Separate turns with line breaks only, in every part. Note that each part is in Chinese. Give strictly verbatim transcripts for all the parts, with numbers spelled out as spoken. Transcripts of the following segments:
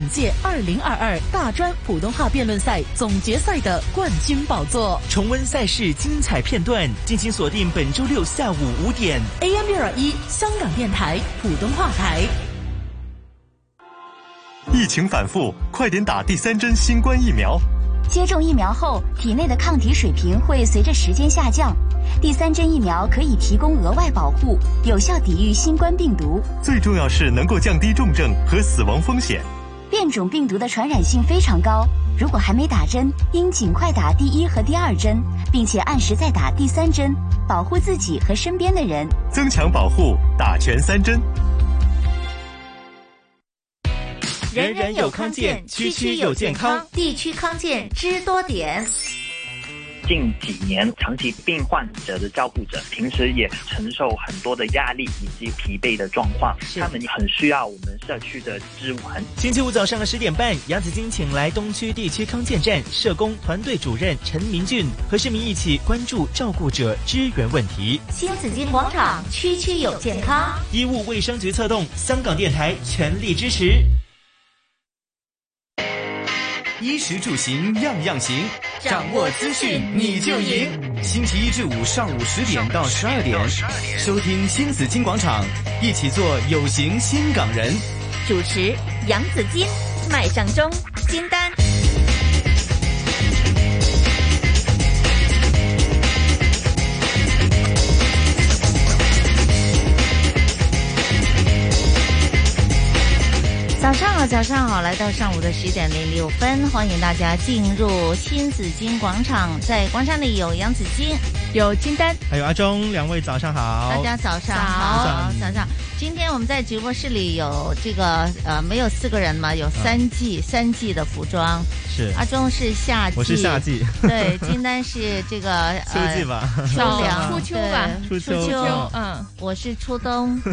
届二零二二大专普通话辩论赛总决赛的冠军宝座。
重温赛事精彩片段，敬请锁定本周六下午五点
A M 六二一香港电台普通话台。
疫情反复，快点打第三针新冠疫苗。
接种疫苗后，体内的抗体水平会随着时间下降。第三针疫苗可以提供额外保护，有效抵御新冠病毒。
最重要是能够降低重症和死亡风险。
变种病毒的传染性非常高，如果还没打针，应尽快打第一和第二针，并且按时再打第三针，保护自己和身边的人。
增强保护，打全三针。
人人有康健，区区有健康，
地区康健知多点。
近几年，长期病患者的照顾者平时也承受很多的压力以及疲惫的状况，他们很需要我们社区的支援。
星期五早上十点半，杨子金请来东区地区康健站社工团队主任陈明俊和市民一起关注照顾者支援问题。
新紫金广场，区区有健康，
医务卫生局策动，香港电台全力支持。
衣食住行样样行，掌握资讯你就赢。星期一至五上午十点到十二点，收听新紫金广场，一起做有型新港人。
主持杨子金、麦尚中、金丹。早上好，早上好，来到上午的十点零六分，欢迎大家进入新紫金广场。在广场里有杨子金，
有金丹，
还有阿忠，两位早上好。
大家早上好，早上。今天我们在直播室里有这个呃，没有四个人嘛，有三季、嗯、三季的服装。
是
阿忠是夏季，
我是夏季。
对，金丹是这个
秋季吧，
秋凉
初秋吧，
初秋，
初秋，
嗯，
我是初冬。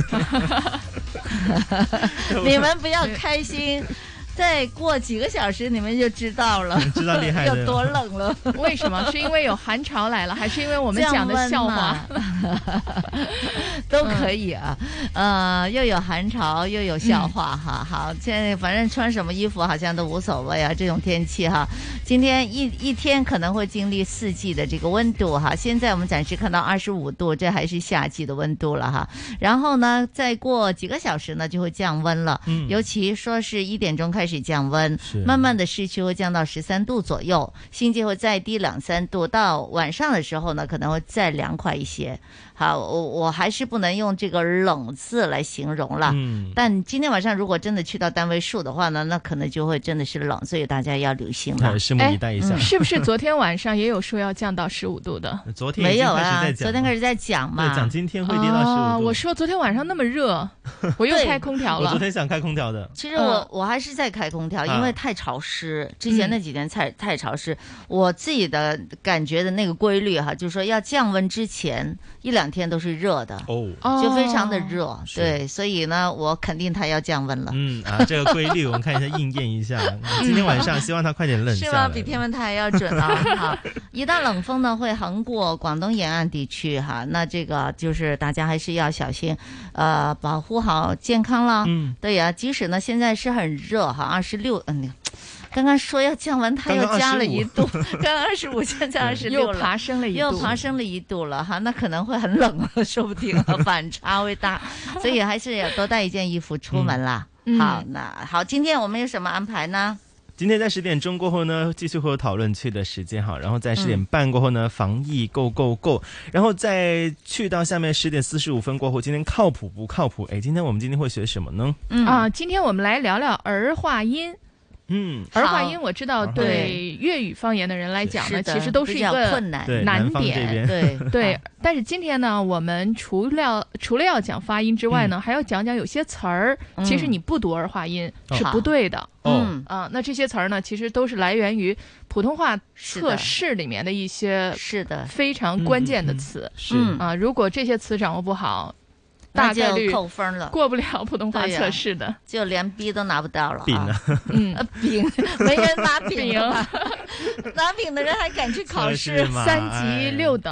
你们不要开心。再过几个小时，你们就知道了，
知道厉害
有多冷了。
为什么？是因为有寒潮来了，还是因为我们讲的笑话？
都可以啊，嗯、呃，又有寒潮，又有笑话、嗯、哈。好，现在反正穿什么衣服好像都无所谓啊，这种天气哈。今天一一天可能会经历四季的这个温度哈。现在我们暂时看到二十五度，这还是夏季的温度了哈。然后呢，再过几个小时呢，就会降温了。嗯，尤其说是一点钟开始。开始降温，慢慢的市区会降到十三度左右，新界会再低两三度，到晚上的时候呢，可能会再凉快一些。好，我我还是不能用这个冷字来形容了。嗯，但今天晚上如果真的去到单位数的话呢，那可能就会真的是冷，所以大家要留心了。
拭目以待一下、
嗯。是不是昨天晚上也有说要降到十五度的？
昨天
没有啊，昨天开始在讲嘛，
对，讲今天会跌到十五度、
哦。我说昨天晚上那么热，我又开空调了。
我昨天想开空调的。
其实我、嗯、我还是在开空调，因为太潮湿。之前那几天太、嗯、太潮湿，我自己的感觉的那个规律哈，就是说要降温之前一两天都是热的。哦，就非常的热、哦，对，所以呢，我肯定它要降温了。
嗯啊，这个规律我们看一下应验一下。今天晚上希望它快点冷下来。
是吗？比天文台还要准啊！好，一道冷锋呢会横过广东沿岸地区哈，那这个就是大家还是要小心，呃，保护好健康了。嗯，对呀、啊，即使呢现在是很热哈，二十六，嗯。刚刚说要降温，它又加了一度，刚刚二十五，现在二十六了，
又爬升了一度，
又爬升了一度了哈，那可能会很冷了，说不定反差会大，所以还是要多带一件衣服出门啦。嗯、好，那好，今天我们有什么安排呢？
今天在十点钟过后呢，继续会有讨论区的时间哈，然后在十点半过后呢，嗯、防疫 go go go， 然后再去到下面十点四十五分过后，今天靠谱不靠谱？哎，今天我们今天会学什么呢？
嗯啊，今天我们来聊聊儿化音。
嗯，
儿化音我知道对粤语方言的人来讲呢，其实都是一个
困难
难点。
对
对，但是今天呢，我们除了除了要讲发音之外呢，嗯、还要讲讲有些词儿，嗯、其实你不读儿化音是不对的。
嗯
啊，那这些词儿呢，其实都是来源于普通话测试里面的一些
是的
非常关键的词。
是
啊，如果这些词掌握不好，大概率
扣分了，
过不了普通话测试的，
啊、就连 B 都拿不到了、啊。
饼啊，
嗯，
饼没人拿饼了，拿饼的人还敢去考试？
三级六等，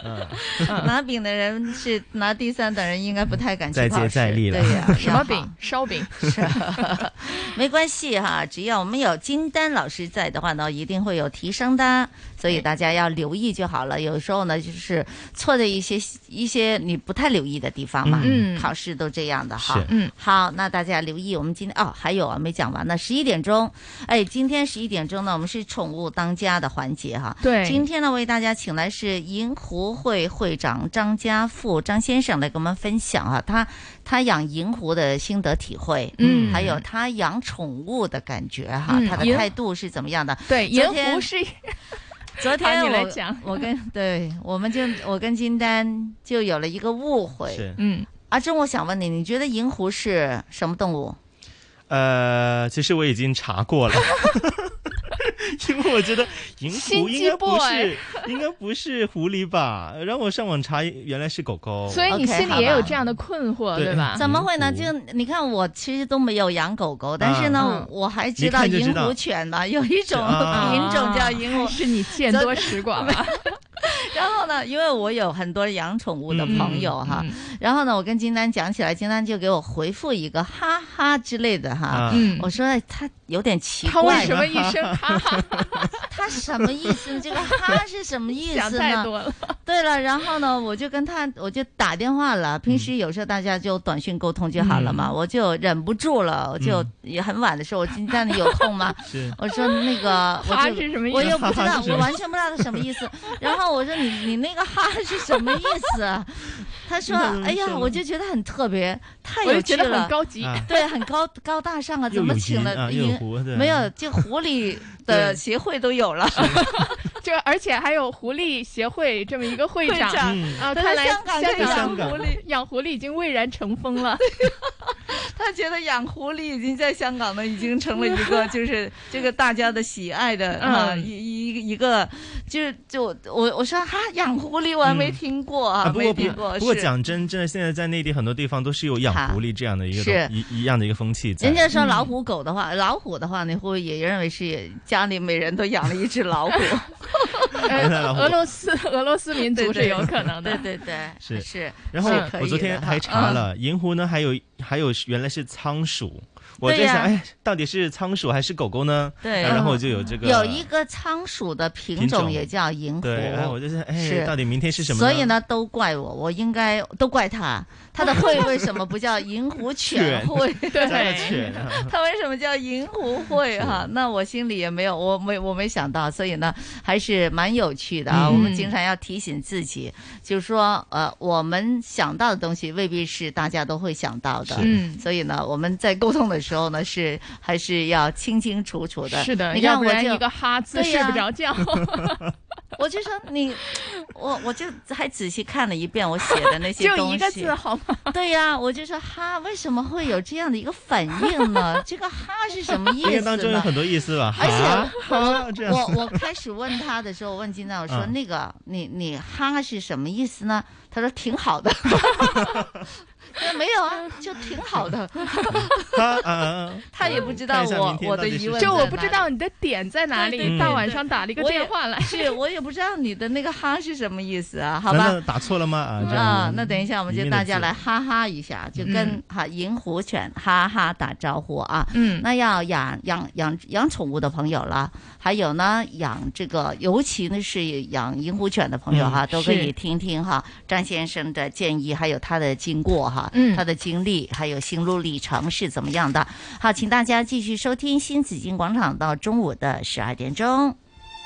拿饼的人是拿第三等人，应该不太敢去考试。
再接再厉了。
对呀、啊，
什么饼？烧饼。
是，没关系哈，只要我们有金丹老师在的话呢，一定会有提升的。所以大家要留意就好了。有时候呢，就是错的一些一些你不太留意的地方嘛。嗯，考试都这样的哈。嗯，好，那大家留意。我们今天哦，还有啊，没讲完呢。十一点钟，哎，今天十一点钟呢，我们是宠物当家的环节哈。
对，
今天呢，为大家请来是银狐会会长张家富张先生来跟我们分享啊，他他养银狐的心得体会，嗯，还有他养宠物的感觉哈，嗯、他的态度是怎么样的？
对，银狐是。
昨天我
你来讲
我跟对，我们就我跟金丹就有了一个误会。
是，
嗯，阿珍，我想问你，你觉得银狐是什么动物？
呃，其实我已经查过了。因为我觉得银狐应该不是，应该不是狐狸吧？让我上网查，原来是狗狗。
所以你心里也有这样的困惑， okay, 对吧？
怎么会呢？就你看，我其实都没有养狗狗，但是呢，啊、我还知道银狐犬嘛，有一种品种叫银狐，
啊、是你见多识广吧？
然后呢，因为我有很多养宠物的朋友哈，嗯、然后呢，我跟金丹讲起来，金丹就给我回复一个哈哈之类的哈。嗯，我说他有点奇怪，
他为什么一声哈哈？
他什么意思？这个哈是什么意思呢？
想太多了。
对了，然后呢，我就跟他，我就打电话了。平时有时候大家就短信沟通就好了嘛，嗯、我就忍不住了，我就也很晚的时候，我金丹你有空吗？我说那个，我
哈是什么意思？
我又不知道，我完全不知道他什么意思。然后我说你你那个哈是什么意思啊？他说哎呀，我就觉得很特别，太有趣了，
很高级，
对，很高高大上啊！怎么请了银？没有，就狐狸的协会都有了。
就而且还有狐狸协会这么一个会长啊，
看来香港
养狐狸养狐狸已经蔚然成风了。
他觉得养狐狸已经在香港呢，已经成了一个就是这个大家的喜爱的啊一一一个就是就我我说哈养狐狸我还没听过啊，没听过。
不过讲真，真的现在在内地很多地方都是有养狐狸这样的一个一一样的一个风气。
人家说老虎狗的话，老虎的话，你会不会也认为是家里每人都养了一只老虎？
俄罗斯俄罗斯民族是有可能的，
对对对，
是
是。
然后我昨天还查了，银狐呢，还有还有原来是仓鼠。我在想，哎，到底是仓鼠还是狗狗呢？
对，
然后就有这个
有一个仓鼠的品种也叫银狐。
对，然后我就想，哎，到底明天是什么？
所以呢，都怪我，我应该都怪他，他的会为什么不叫银狐犬会？
对，犬，
他为什么叫银狐会哈？那我心里也没有，我没我没想到，所以呢，还是蛮有趣的啊。嗯、我们经常要提醒自己，就是说，呃，我们想到的东西未必是大家都会想到的。嗯，所以呢，我们在沟通的时候呢，是还是要清清楚楚的。
是的，
你看我
要不然一个哈字睡不着觉。
我就说你，我我就还仔细看了一遍我写的那些东西，
就一个字好吗？
对呀、啊，我就说哈，为什么会有这样的一个反应呢？这个哈是什么意思呢？
当中有很多意思吧。
而且我我我开始问他的时候，我问金丹，我说、嗯、那个你你哈是什么意思呢？他说挺好的。没有啊，就挺好的。
他啊，
他也不知道我我的疑问，
就我不知道你的点在哪里。对对对对，大晚上打了一个电话来，
是我也不知道你的那个哈是什么意思啊？好吧，
打错了吗？啊，
啊，那等一下我们就大家来哈哈一下，就跟、嗯、哈银狐犬哈哈打招呼啊。嗯，那要养养养养宠物的朋友了，还有呢养这个，尤其呢是养银狐犬的朋友哈，嗯、都可以听听哈张先生的建议，还有他的经过哈。嗯，他的经历还有心路历程是怎么样的？好，请大家继续收听新紫荆广场到中午的十二点钟。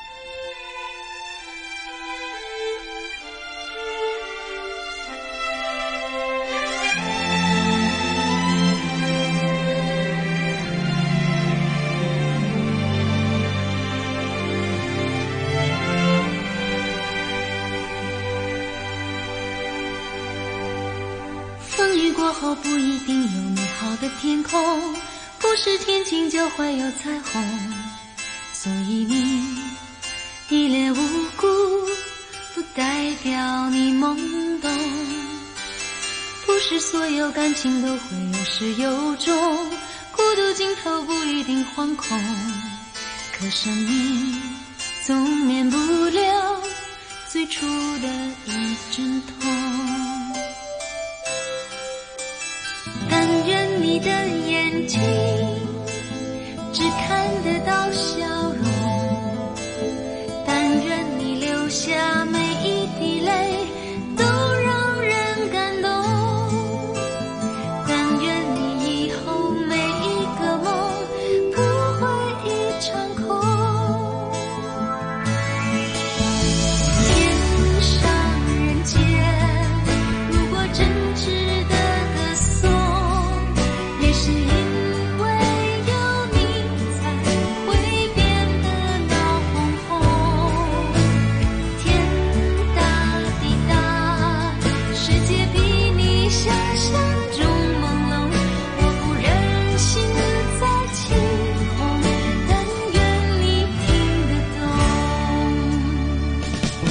过后不一定有美好的天空，不是天晴就会有彩虹，所以你一脸无辜不代表你懵懂，不是所有感情都会有始有终，孤独尽头不一定惶恐，可生命总免不了最初的一阵痛。但愿你的眼睛只看得到笑容，但愿你流下每一滴泪都让人感动，但愿你以后每一个梦不会一场空。天上人间，如果真值得歌颂，也是因为有你才会变得闹哄哄。天大地大，世界比你想象中朦胧，我不忍心再起哄，但愿你听得懂。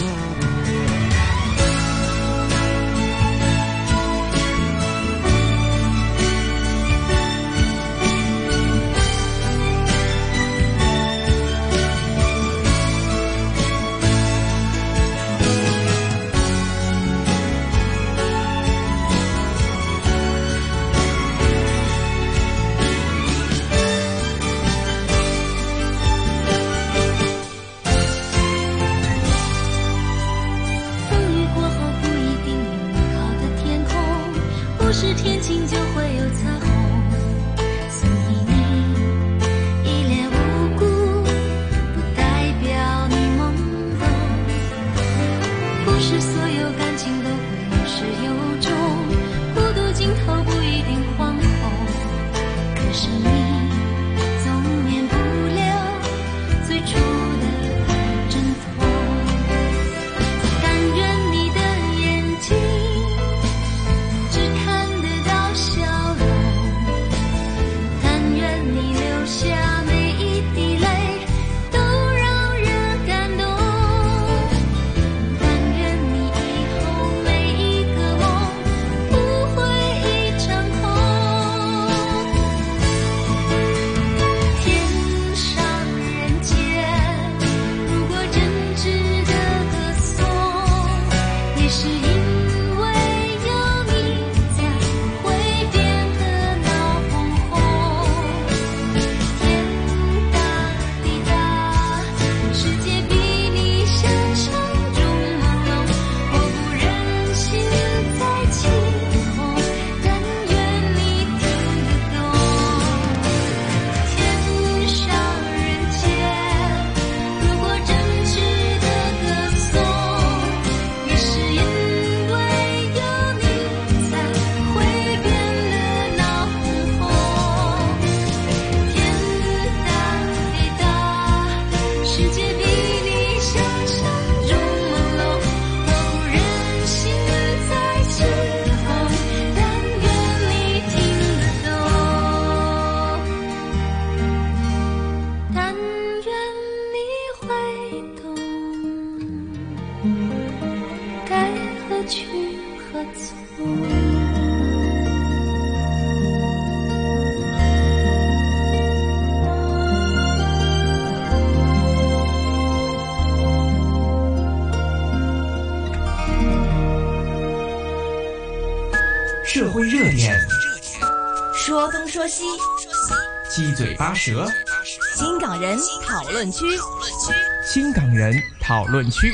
风雨过后不一定有美好的天空，不是天晴就会有彩虹，所以你一脸无辜，不代表你懵懂。不是所有感情都会有始有终，孤独尽头不一定惶恐，可是你总免不了最初的一阵痛。但愿你的眼睛只看得到笑容，但愿你流下每一滴泪都让人感动，但愿你以后每一个梦不会一场空。天上人间，如果真值得歌颂，也是因为有你才会变得闹哄哄。天大地大，世界比你想象中朦胧，我不忍心再起哄，但愿你听得懂。天上人间，如果真值得歌颂，也是因为有你才会变得闹哄哄。天大地大，世界比你想象中朦胧，我不忍心再起哄，但愿你听得懂，但愿你会懂，该何去何从。
社会热点，
说东说西，
七嘴八舌，
新港人讨论区。
新港人讨论区。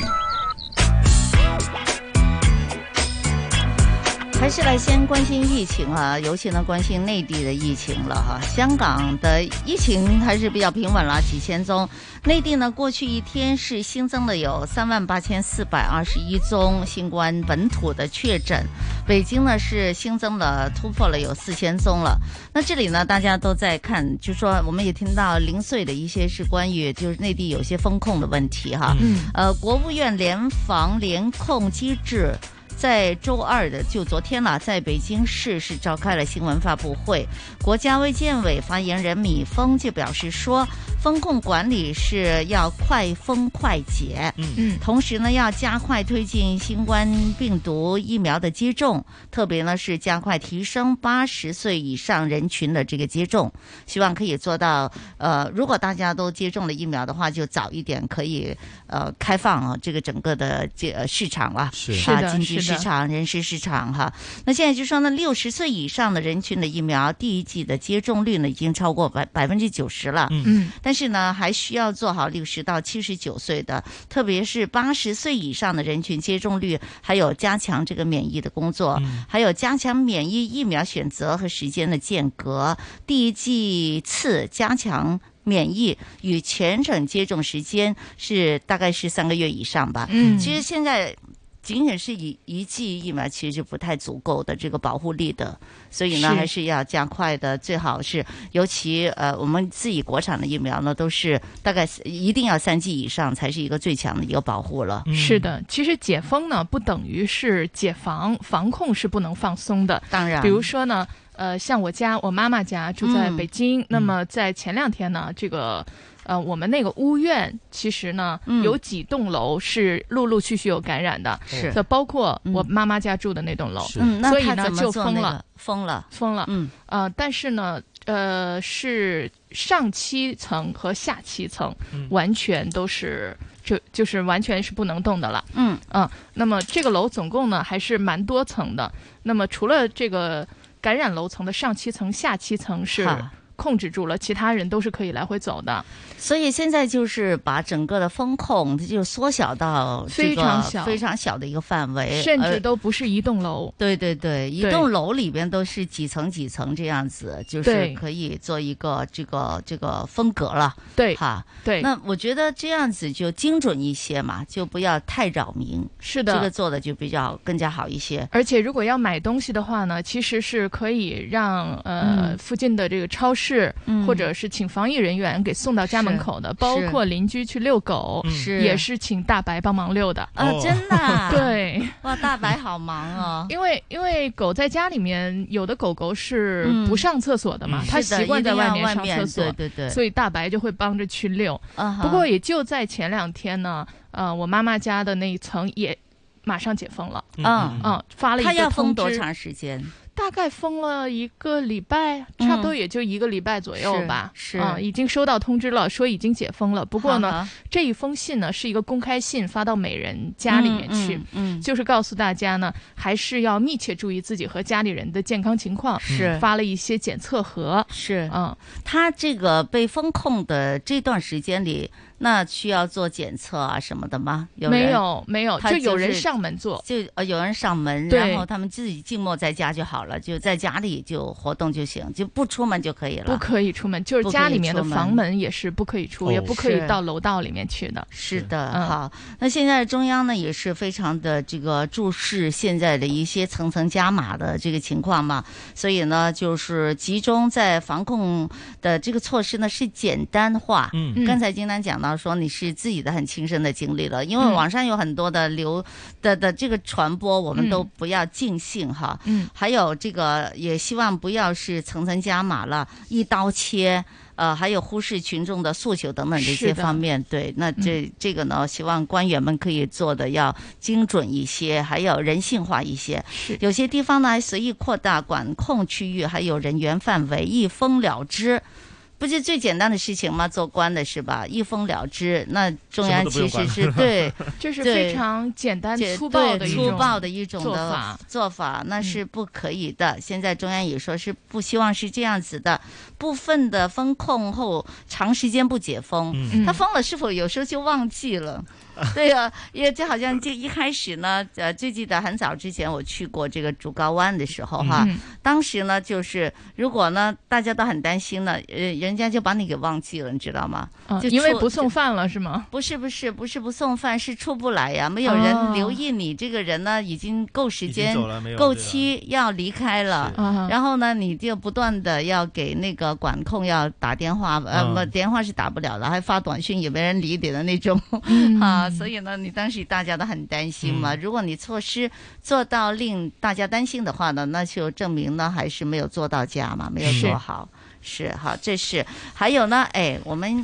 还是来先关心疫情啊，尤其呢关心内地的疫情了哈。香港的疫情还是比较平稳了，几千宗。内地呢过去一天是新增的有三万八千四百二十一宗新冠本土的确诊，北京呢是新增了突破了有四千宗了。那这里呢大家都在看，就说我们也听到零碎的一些是关于就是内地有些风控的问题哈。嗯，呃，国务院联防联控机制在周二的就昨天了，在北京市是召开了新闻发布会。国家卫健委发言人米峰就表示说， 风控管理是要快封快解，
嗯
嗯，
同时呢要加快推进新冠病毒疫苗的接种，特别呢是加快提升八十岁以上人群的这个接种，希望可以做到呃，如果大家都接种了疫苗的话，就早一点可以呃开放啊这个整个的这个市场了，
是
啊，
是的
经济市场、人事市场哈。那现在就说呢，六十岁以上的人群的疫苗第一剂的接种率呢，已经超过百百分之九十了。
嗯
嗯，
但是呢，还需要做好六十到七十九岁的，特别是八十岁以上的人群接种率，还有加强这个免疫的工作，
嗯
还有加强免疫疫苗选择和时间的间隔，第一剂次加强免疫与全程接种时间是大概是三个月以上吧。
嗯
其实现在仅仅是以一剂疫苗其实是不太足够的这个保护力的，所以呢
是
还是要加快的，最好是尤其呃我们自己国产的疫苗呢都是大概一定要三剂以上才是一个最强的一个保护了。
嗯
是的，其实解封呢不等于是解防，防控是不能放松的。
当然，
比如说呢，呃，像我家我妈妈家住在北京，
嗯、
那么在前两天呢，这个。呃，我们那个屋苑其实呢，
嗯、
有几栋楼是陆陆续续有感染的，
是，
这包括我妈妈家住的那栋楼，
嗯，
所以呢就封了，
那个、封了，
封了，
嗯，
呃，但是呢，呃，是上七层和下七层、嗯、完全都是，就就是完全是不能动的了，
嗯
嗯、呃，那么这个楼总共呢还是蛮多层的，那么除了这个感染楼层的上七层、下七层是控制住了，其他人都是可以来回走的。
所以现在就是把整个的风控就缩小到
非常小、
非常小的一个范围，
甚至都不是一栋楼。
对对对，一栋楼里边都是几层几层这样子，就是可以做一个这个这个分隔了。
对，
哈，
对。
那我觉得这样子就精准一些嘛，就不要太扰民。
是的，
这个做的就比较更加好一些。
而且如果要买东西的话呢，其实是可以让呃、嗯、附近的这个超市、嗯、或者是请防疫人员给送到家门口的，包括邻居去遛狗，
是
也是请大白帮忙遛的
啊、哦，真的、啊，
对，
哇，大白好忙哦，
因为因为狗在家里面，有的狗狗是不上厕所的嘛，嗯、它习惯在外面上厕所，
对对对，
所以大白就会帮着去遛。Uh-huh、不过也就在前两天呢，呃，我妈妈家的那一层也马上解封了，
嗯
嗯，发了一个通知。
它要封多长时间？
大概封了一个礼拜，差不多也就一个礼拜左右吧。
嗯、是，
嗯，已经收到通知了，说已经解封了。不过呢，好好这一封信呢是一个公开信，发到每人家里面去，
嗯，嗯嗯
就是告诉大家呢，还是要密切注意自己和家里人的健康情况。
是，
发了一些检测盒。
是，
嗯，
他这个被封控的这段时间里。那需要做检测啊什么的吗？有
没有没有，
就
有人上门做，
就呃有人上门，然后他们自己静默在家就好了，就在家里就活动就行，就不出门就可以了。
不可以出门，就是家里面的房门也是不可以出，
哦、
也不可以到楼道里面去的。
是的，嗯、好。那现在中央呢也是非常的这个注视现在的一些层层加码的这个情况嘛，所以呢就是集中在防控的这个措施呢是简单化。
嗯，
刚才金丹讲到说你是自己的很亲身的经历了，因为网上有很多的流的的这个传播，我们都不要尽信哈。
嗯，
还有这个也希望不要是层层加码了，一刀切。呃，还有忽视群众的诉求等等这些方面，对，那这、嗯、这个呢，希望官员们可以做的要精准一些，还有人性化一些。
是，
有些地方呢还随意扩大管控区域，还有人员范围，一封了之。不是最简单的事情吗？做官的是吧？一封了之，那中央其实是对，
这是非常简单粗暴的一种
粗暴的一种的
做法，
做法那是不可以的。嗯、现在中央也说是不希望是这样子的，部分的封控后长时间不解封，
嗯、
他封了是否有时候就忘记了？对呀、啊，因为就好像就一开始呢，呃，最记得很早之前我去过这个竹篙湾的时候哈，
嗯、
当时呢就是如果呢大家都很担心呢，呃，人家就把你给忘记了，你知道吗？
啊、因为不送饭了是吗？
不是不是不是不送饭，是出不来呀，没有人留意你、哦、这个人呢已经够时间够期要离开了，然后呢你就不断的要给那个管控要打电话，呃不、嗯、电话是打不了了，还发短信也没人理你的那种、
嗯、
啊。所以呢，你当时大家都很担心嘛。嗯、如果你措施做到令大家担心的话呢，那就证明呢还是没有做到家嘛，没有做好。是, 是好，这是还有呢，哎，我们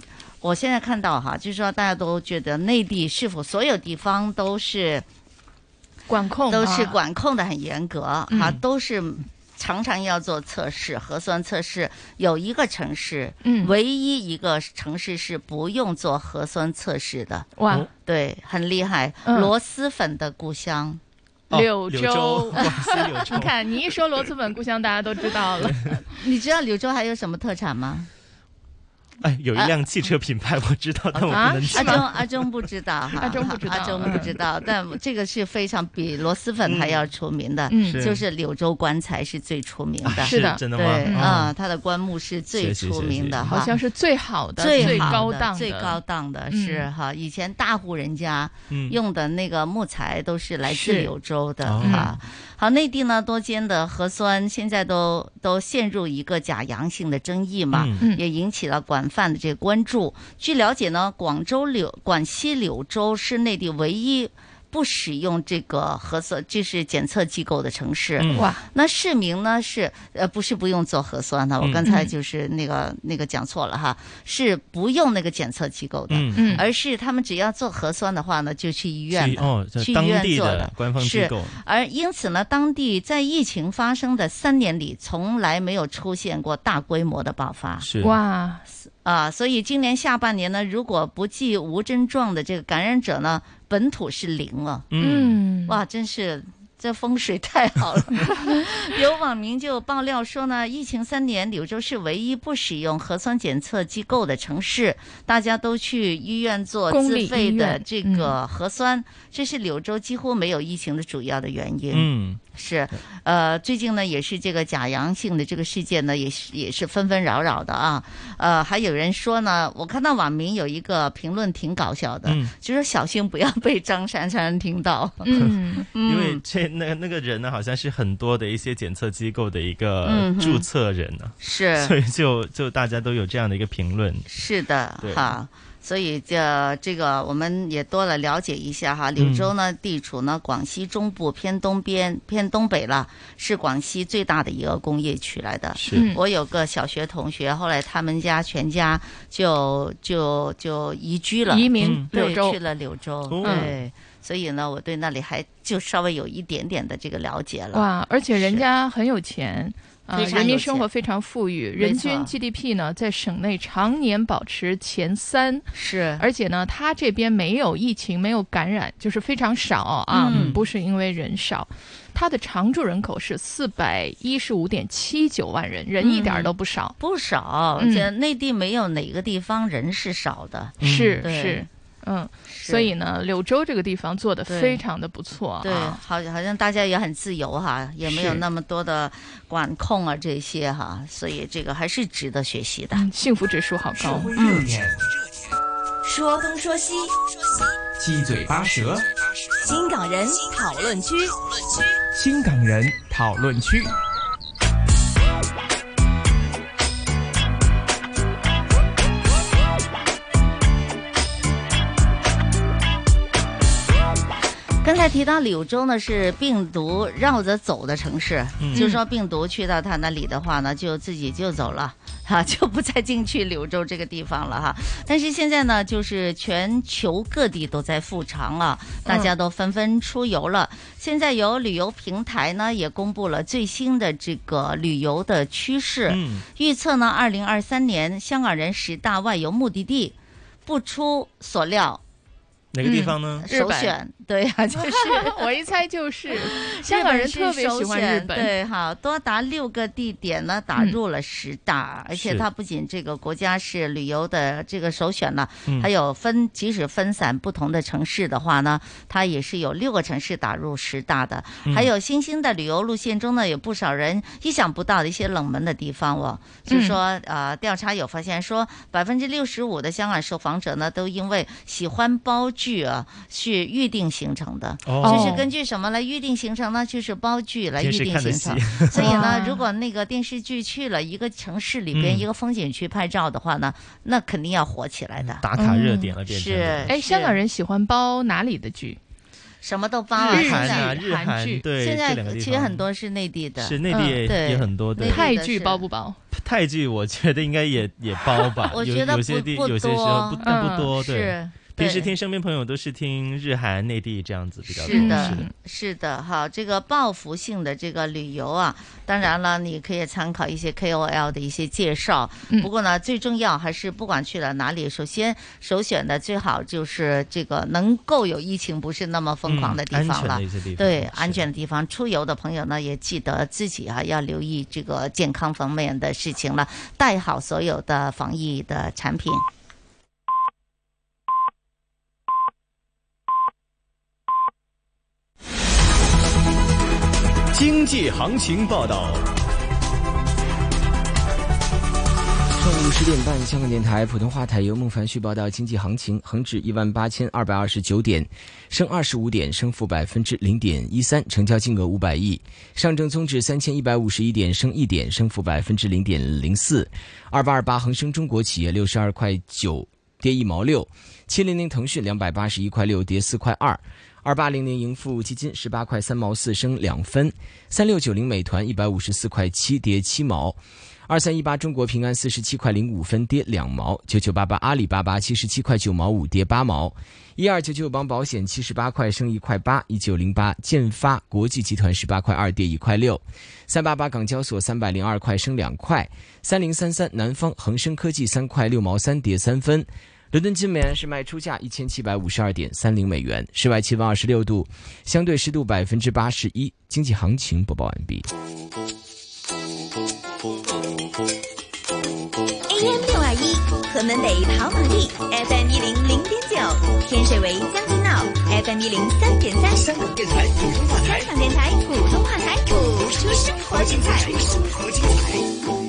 我现在看到哈，就是说大家都觉得内地是否所有地方都是
管控，
都是管控的很严格哈、
嗯啊，
都是常常要做测试，核酸测试。有一个城市，
嗯，
唯一一个城市是不用做核酸测试的。
哇，
对，很厉害。
嗯、
螺蛳粉的故乡。
柳州，
哦、广西柳州。
你看，你一说螺蛳粉故乡，大家都知道了。
你知道柳州还有什么特产吗？
哎，有一辆汽车品牌我知道，啊、但我不能
讲。阿中阿中不知道哈，
阿中不知道，
阿中不知道。但这个是非常比螺蛳粉还要出名的，
嗯，
就是柳州棺材是最出名的。
啊、
是的，
真的吗？
对啊、
哦，
它的棺木是最出名的，
好像是最好的、
最
高档、
最高档的是哈、嗯。以前大户人家用的那个木材都是来自柳州的哈。
嗯
好，内地呢多间的核酸现在都都陷入一个假阳性的争议嘛，
嗯、
也引起了广泛的这个关注。据了解呢，广州柳广西柳州是内地唯一不使用这个核酸，就是检测机构的城市。
哇、
嗯，那市民呢是呃不是不用做核酸呢？我刚才就是那个、嗯、那个讲错了哈，是不用那个检测机构的，
嗯，
而是他们只要做核酸的话呢，就去医院的，
哦，
去医院做
的官方机构。
是，而因此呢，当地在疫情发生的三年里，从来没有出现过大规模的爆发。
是
哇。
啊，所以今年下半年呢，如果不计无症状的这个感染者呢，本土是零了。
嗯，
哇，真是这风水太好了。有网民就爆料说呢，疫情三年，柳州是唯一不使用核酸检测机构的城市，大家都去医院做自费的这个核酸，嗯、这是柳州几乎没有疫情的主要的原因。
嗯。
是，呃，最近呢，也是这个假阳性的这个事件呢，也是也是纷纷扰扰的啊。呃，还有人说呢，我看到网民有一个评论挺搞笑的，嗯、就说小心不要被张珊珊听到。
嗯，
因为这那那个人呢，好像是很多的一些检测机构的一个注册人呢、啊，
是、
嗯，所以就就大家都有这样的一个评论。
是的，哈。所以这这个我们也多了了解一下哈，柳州呢地处呢广西中部偏东边偏东北了，是广西最大的一个工业区来的。
是
我有个小学同学，后来他们家全家就就就移居了，
移民柳州，
去了柳州。
嗯、
对，所以呢，我对那里还就稍微有一点点的这个了解了。
哇，而且人家很有钱。
啊、
呃，人民生活非常富裕，人均 G D P 呢在省内常年保持前三，
是，
而且呢，它这边没有疫情，没有感染，就是非常少啊，
嗯、
不是因为人少，它的常住人口是四百一十五点七九万人，人一点都不少，
嗯、不少，这、嗯、内地没有哪个地方人是少的，
嗯、是
对
是。嗯，所以呢，柳州这个地方做的非常的不错啊。
对，好，好像大家也很自由哈，也没有那么多的管控啊这些哈，所以这个还是值得学习的。
嗯、幸福指数好高。
嗯，
说东说西，
七嘴八舌，
新港人讨论区，
新港人讨论区。
刚才提到柳州呢是病毒绕着走的城市，
嗯、
就是说病毒去到他那里的话呢，就自己就走了，哈、啊，就不再进去柳州这个地方了哈。但是现在呢，就是全球各地都在复常了，大家都纷纷出游了。嗯、现在有旅游平台呢也公布了最新的这个旅游的趋势，
嗯、
预测呢，二零二三年香港人十大外游目的地，不出所料。
哪个地方呢？
嗯、首选，对呀、啊，就是
我一猜就是香港人特别喜欢日本，
对，好，多达六个地点呢打入了十大，嗯、而且它不仅这个国家是旅游的这个首选了，还有分即使分散不同的城市的话呢，它也是有六个城市打入十大的，
嗯、
还有新兴的旅游路线中呢，有不少人意想不到的一些冷门的地方哦，就说、嗯、呃，调查有发现说，百分之六十五的香港受访者呢都因为喜欢包剧啊，是预定行程的，
哦、
就是根据什么来预定行程呢？就是包剧来预定行程。所以呢，如果那个电视剧去了一个城市里边、嗯、一个风景区拍照的话呢，那肯定要火起来的，
打卡热点了，变成
是。
哎，香港人喜欢包哪里的剧？
什么都包啊，
日韩啊，日韩对，
现在其实很多是内地的，
是内地也、嗯、也很多。对，
泰剧包不包？
泰剧我觉得应该也也包吧，
我觉得
有有些地有些时候不但不多，
嗯、
对。
是
平时听身边朋友都是听日韩内地这样子比较多。
是的，是的，哈，这个报复性的这个旅游啊，当然了，你可以参考一些 K O L 的一些介绍。嗯、不过呢，最重要还是不管去了哪里，首先首选的最好就是这个能够有疫情不是那么疯狂的地方了。
嗯、安全的一些地方。
对，安全的地方，出游的朋友呢也记得自己啊要留意这个健康方面的事情了，带好所有的防疫的产品。
经济行情报道。
上午十点半，香港电台普通话台由孟凡旭报道经济行情。恒指一万八千二百二十九点，升二十五点，升幅百分之零点一三，成交金额五百亿。上证综指三千一百五十一点，升一点，升幅百分之零点零四。二八二八恒生中国企业六十二块九，跌一毛六。七零零腾讯两百八十一块六，跌四块二。二八零零盈富基金十八块三毛四，升两分。三六九零美团一百五十四块七，跌七毛。二三一八中国平安四十七块零五分，跌两毛。九九八八阿里巴巴七十七块九毛五，跌八毛。一二九九邦保险七十八块，升一块八。一九零八建发国际集团十八块二，跌一块六。三八八港交所三百零二块，升两块。三零三三南方恒生科技三块六毛三，跌三分。伦敦金每安士卖出价一千七百五十二点三零美元，室外气温二十六度，相对湿度百分之八十一。经济行情播报完毕。
A M 六二一，河门北跑马地 ，F M 一零零点九，天水围将军澳 ，F M 一零三点三，香港电台普通话台，香港电台普通话台，播出生活精彩，生活精彩。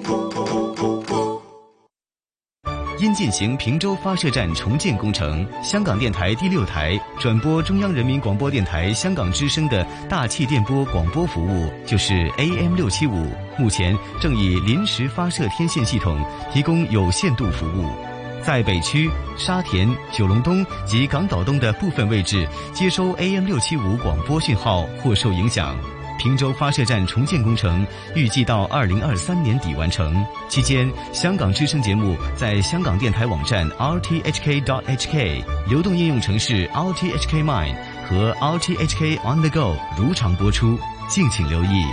因进行平洲发射站重建工程，香港电台第六台转播中央人民广播电台香港之声的大气电波广播服务，就是 A M 六七五，目前正以临时发射天线系统提供有限度服务。在北区、沙田、九龙东及港岛东的部分位置接收 A M 六七五广播讯号或受影响。平洲发射站重建工程预计到二零二三年底完成，期间香港之声节目在香港电台网站 r t h k dot h k、 流动应用程式 r t h k mine 和 r t h k on the go 如常播出，敬请留意。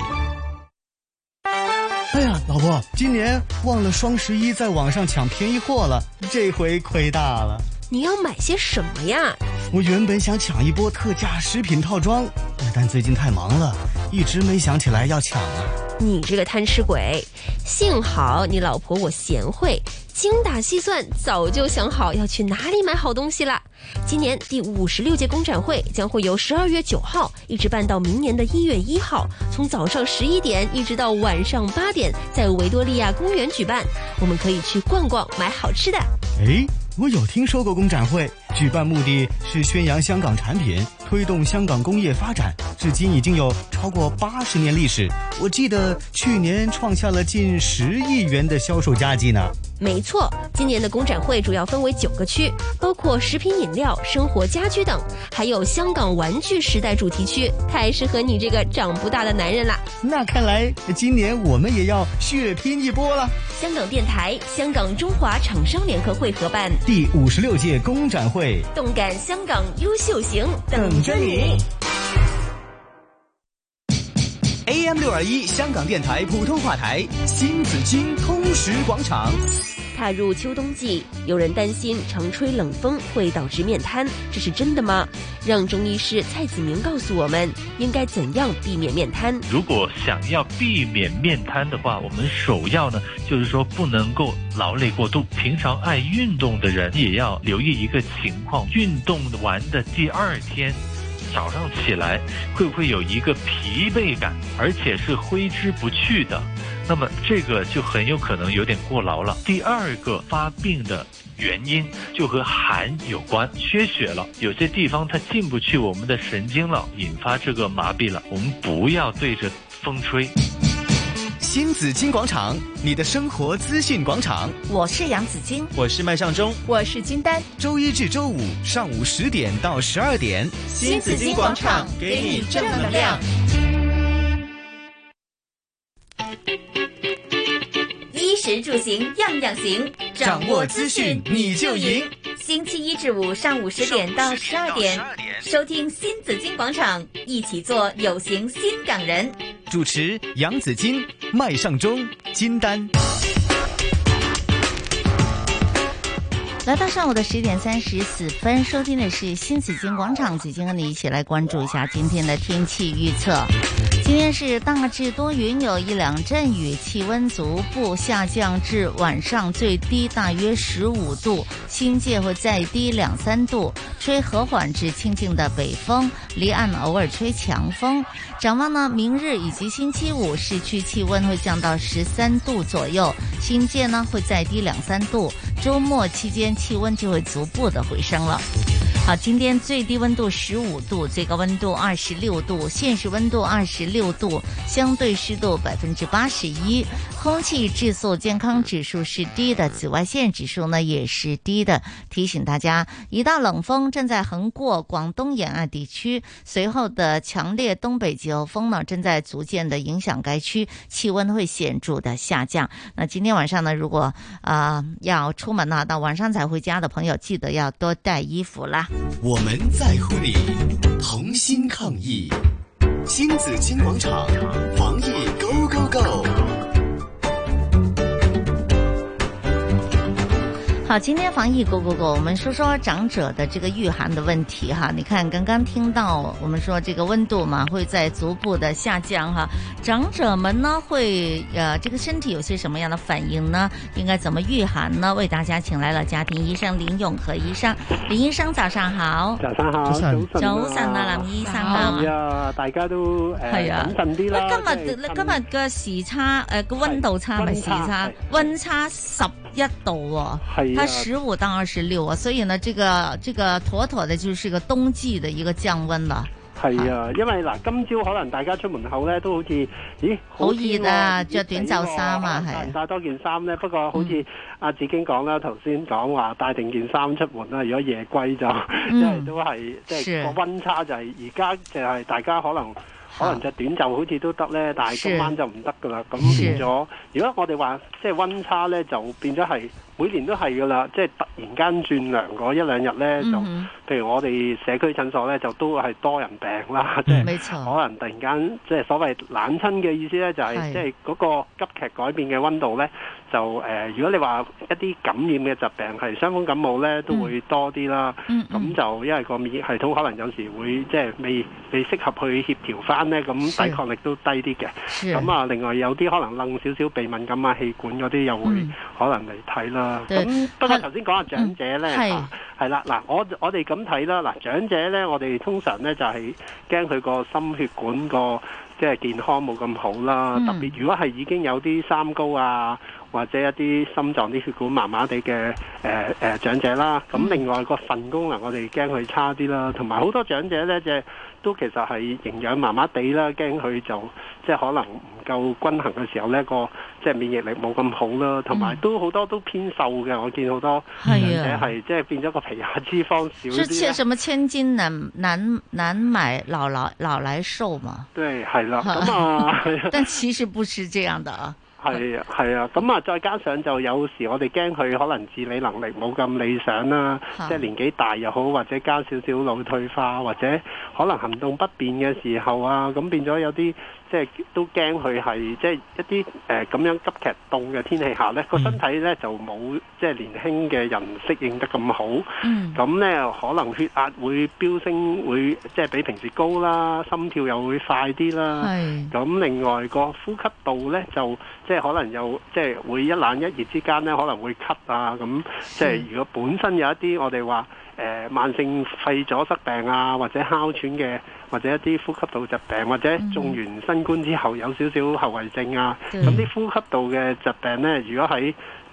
哎呀，老婆，今年忘了双十一在网上抢便宜货了，这回亏大了。
你要买些什么呀？
我原本想抢一波特价食品套装，但最近太忙了，一直没想起来要抢啊。
你这个贪吃鬼，幸好你老婆我贤惠，精打细算，早就想好要去哪里买好东西了。今年第五十六届工展会将会由十二月九号一直办到明年的一月一号，从早上十一点一直到晚上八点，在维多利亚公园举办。我们可以去逛逛，买好吃的。
诶，我有听说过工展会，举办目的是宣扬香港产品，推动香港工业发展，至今已经有超过八十年历史。我记得去年创下了近十亿元的销售佳绩呢。
没错，今年的工展会主要分为九个区，包括食品饮料、生活家居等，还有香港玩具时代主题区，太适合你这个长不大的男人啦。
那看来今年我们也要血拼一波了。
香港电台、香港中华厂商联合会合办
第五十六届工展会，
动感香港优秀行，等着你。
A M 六二一香港电台普通话台，新紫荆通识广场。
踏入秋冬季，有人担心常吹冷风会导致面瘫，这是真的吗？让中医师蔡子明告诉我们应该怎样避免面瘫。
如果想要避免面瘫的话，我们首要呢就是说不能够劳累过度。平常爱运动的人也要留意一个情况，运动完的第二天早上起来会不会有一个疲惫感，而且是挥之不去的，那么这个就很有可能有点过劳了。第二个发病的原因就和寒有关，缺血了，有些地方它进不去我们的神经了，引发这个麻痹了。我们不要对着风吹。
新紫金广场，你的生活资讯广场。
我是杨紫金，
我是麦尚中，
我是金丹。
周一至周五上午十点到十二点，
新紫金广场给你正能量。
衣食住行样样行，
掌握资讯你就赢。
星期一至五上午十点到十二点，收听新紫金广场，一起做有型新港人。
主持杨紫金、麦尚中、金丹。
来到上午的十点三十四分，收听的是新紫金广场，紫金和你一起来关注一下今天的天气预测。今天是大致多云，有一两阵雨，气温逐步下降至晚上最低大约十五度，新界会再低两三度，吹和缓至清劲的北风，离岸偶尔吹强风。展望呢，明日以及星期五市区气温会降到十三度左右，新界呢会再低两三度，周末期间气温就会逐步的回升了。好，今天最低温度十五度，最高温度二十六度，现实温度二十六度，相对湿度百分之八十一，空气质素健康指数是低的，紫外线指数呢也是低的。提醒大家，一道冷锋正在横过广东沿岸地区，随后的强烈东北季候风呢正在逐渐的影响该区，气温会显著的下降。那今天晚上呢，如果啊、呃、要出门呢，到晚上才回家的朋友，记得要多带衣服啦。
我们在乎你，同心抗疫。新紫金广场，防疫 Go Go Go！
好，今天防疫 Go Go Go， 我们说说长者的这个御寒的问题哈。你看，刚刚听到我们说这个温度嘛会在逐步的下降哈，长者们呢会呃这个身体有些什么样的反应呢？应该怎么御寒呢？为大家请来了家庭醫生林永和醫生。林醫生早上好。
早上好。
早晨。早晨啊，林醫生啊。
係啊，大家都誒謹慎啲啦。
今日今日嘅時差誒個溫度差咪時差，溫差十一度喎。係。它十五到二十六啊，所以呢，這個這個妥妥的就是個冬季的一個降溫了。
係啊，因為嗱，今朝可能大家出門口咧都好似，咦，
好熱啊，着短袖衫啊，係
帶多件衫咧。不過好似阿紫荊講啦，頭先講話帶定件衫出門啦。如果夜歸就，即係都係即係個溫差就係而家就係大家可能。可能就短袖好似都得咧，但係今晚就唔得噶啦。咁變咗，如果我哋話即係溫差咧，就變咗係每年都係噶啦。即係突然間轉涼嗰一兩日咧，就譬如我哋社區診所咧，就都係多人病啦。即係可能突然間即係所謂冷親嘅意思咧，就係即係嗰個急劇改變嘅溫度咧，就誒、呃，如果你話一啲感染嘅疾病係傷風感冒咧，都會多啲啦。咁、嗯嗯、就因為個免疫系統可能有時會即係未未適合去協調翻咧，咁抵抗力都低啲嘅。咁啊，另外有啲可能愣少少鼻敏感啊、氣管嗰啲又會可能嚟睇啦。咁、嗯、不過頭先講下長者咧，係、嗯、啦，嗱，我我哋咁睇啦，嗱，長者咧，我哋通常咧就係驚佢個心血管個即係健康冇咁好啦、嗯，特別如果係已經有啲三高啊。或者一啲心臟啲血管麻麻地嘅誒誒長者啦，咁另外個腎功能我哋驚佢差啲啦，同埋好多長者咧，即係都其實係營養麻麻地啦，驚佢就即係可能唔夠均衡嘅時候咧，個即係免疫力冇咁好啦，同埋都好多都偏瘦嘅，我見好多長者係即係變咗個皮下脂肪少啲。
是什麼千金難難難買老來老來瘦嘛？
對，係啦，咁啊，
但其實不是這樣的啊。
係啊，係啊，咁啊，再加上就有時我哋驚佢可能自理能力冇咁理想啦，即係年紀大又好，或者加少少腦退化，或者可能行動不便嘅時候啊，咁變咗有啲即係都驚佢係即係一啲誒咁樣急劇凍嘅天氣下咧，個、嗯、身體咧就冇即係年輕嘅人適應得咁好，咁、嗯、咧可能血壓會飆升，會即係比平時高啦，心跳又會快啲啦，咁另外個呼吸道咧就即係可能又即係會一冷一熱之間咧可能會咳啊，咁即係如果本身有一啲我哋話誒慢性肺阻塞病啊，或者哮喘嘅，或者一啲呼吸道疾病，或者中完新冠之後有少少後遺症啊，咁啲呼吸道嘅疾病咧，如果喺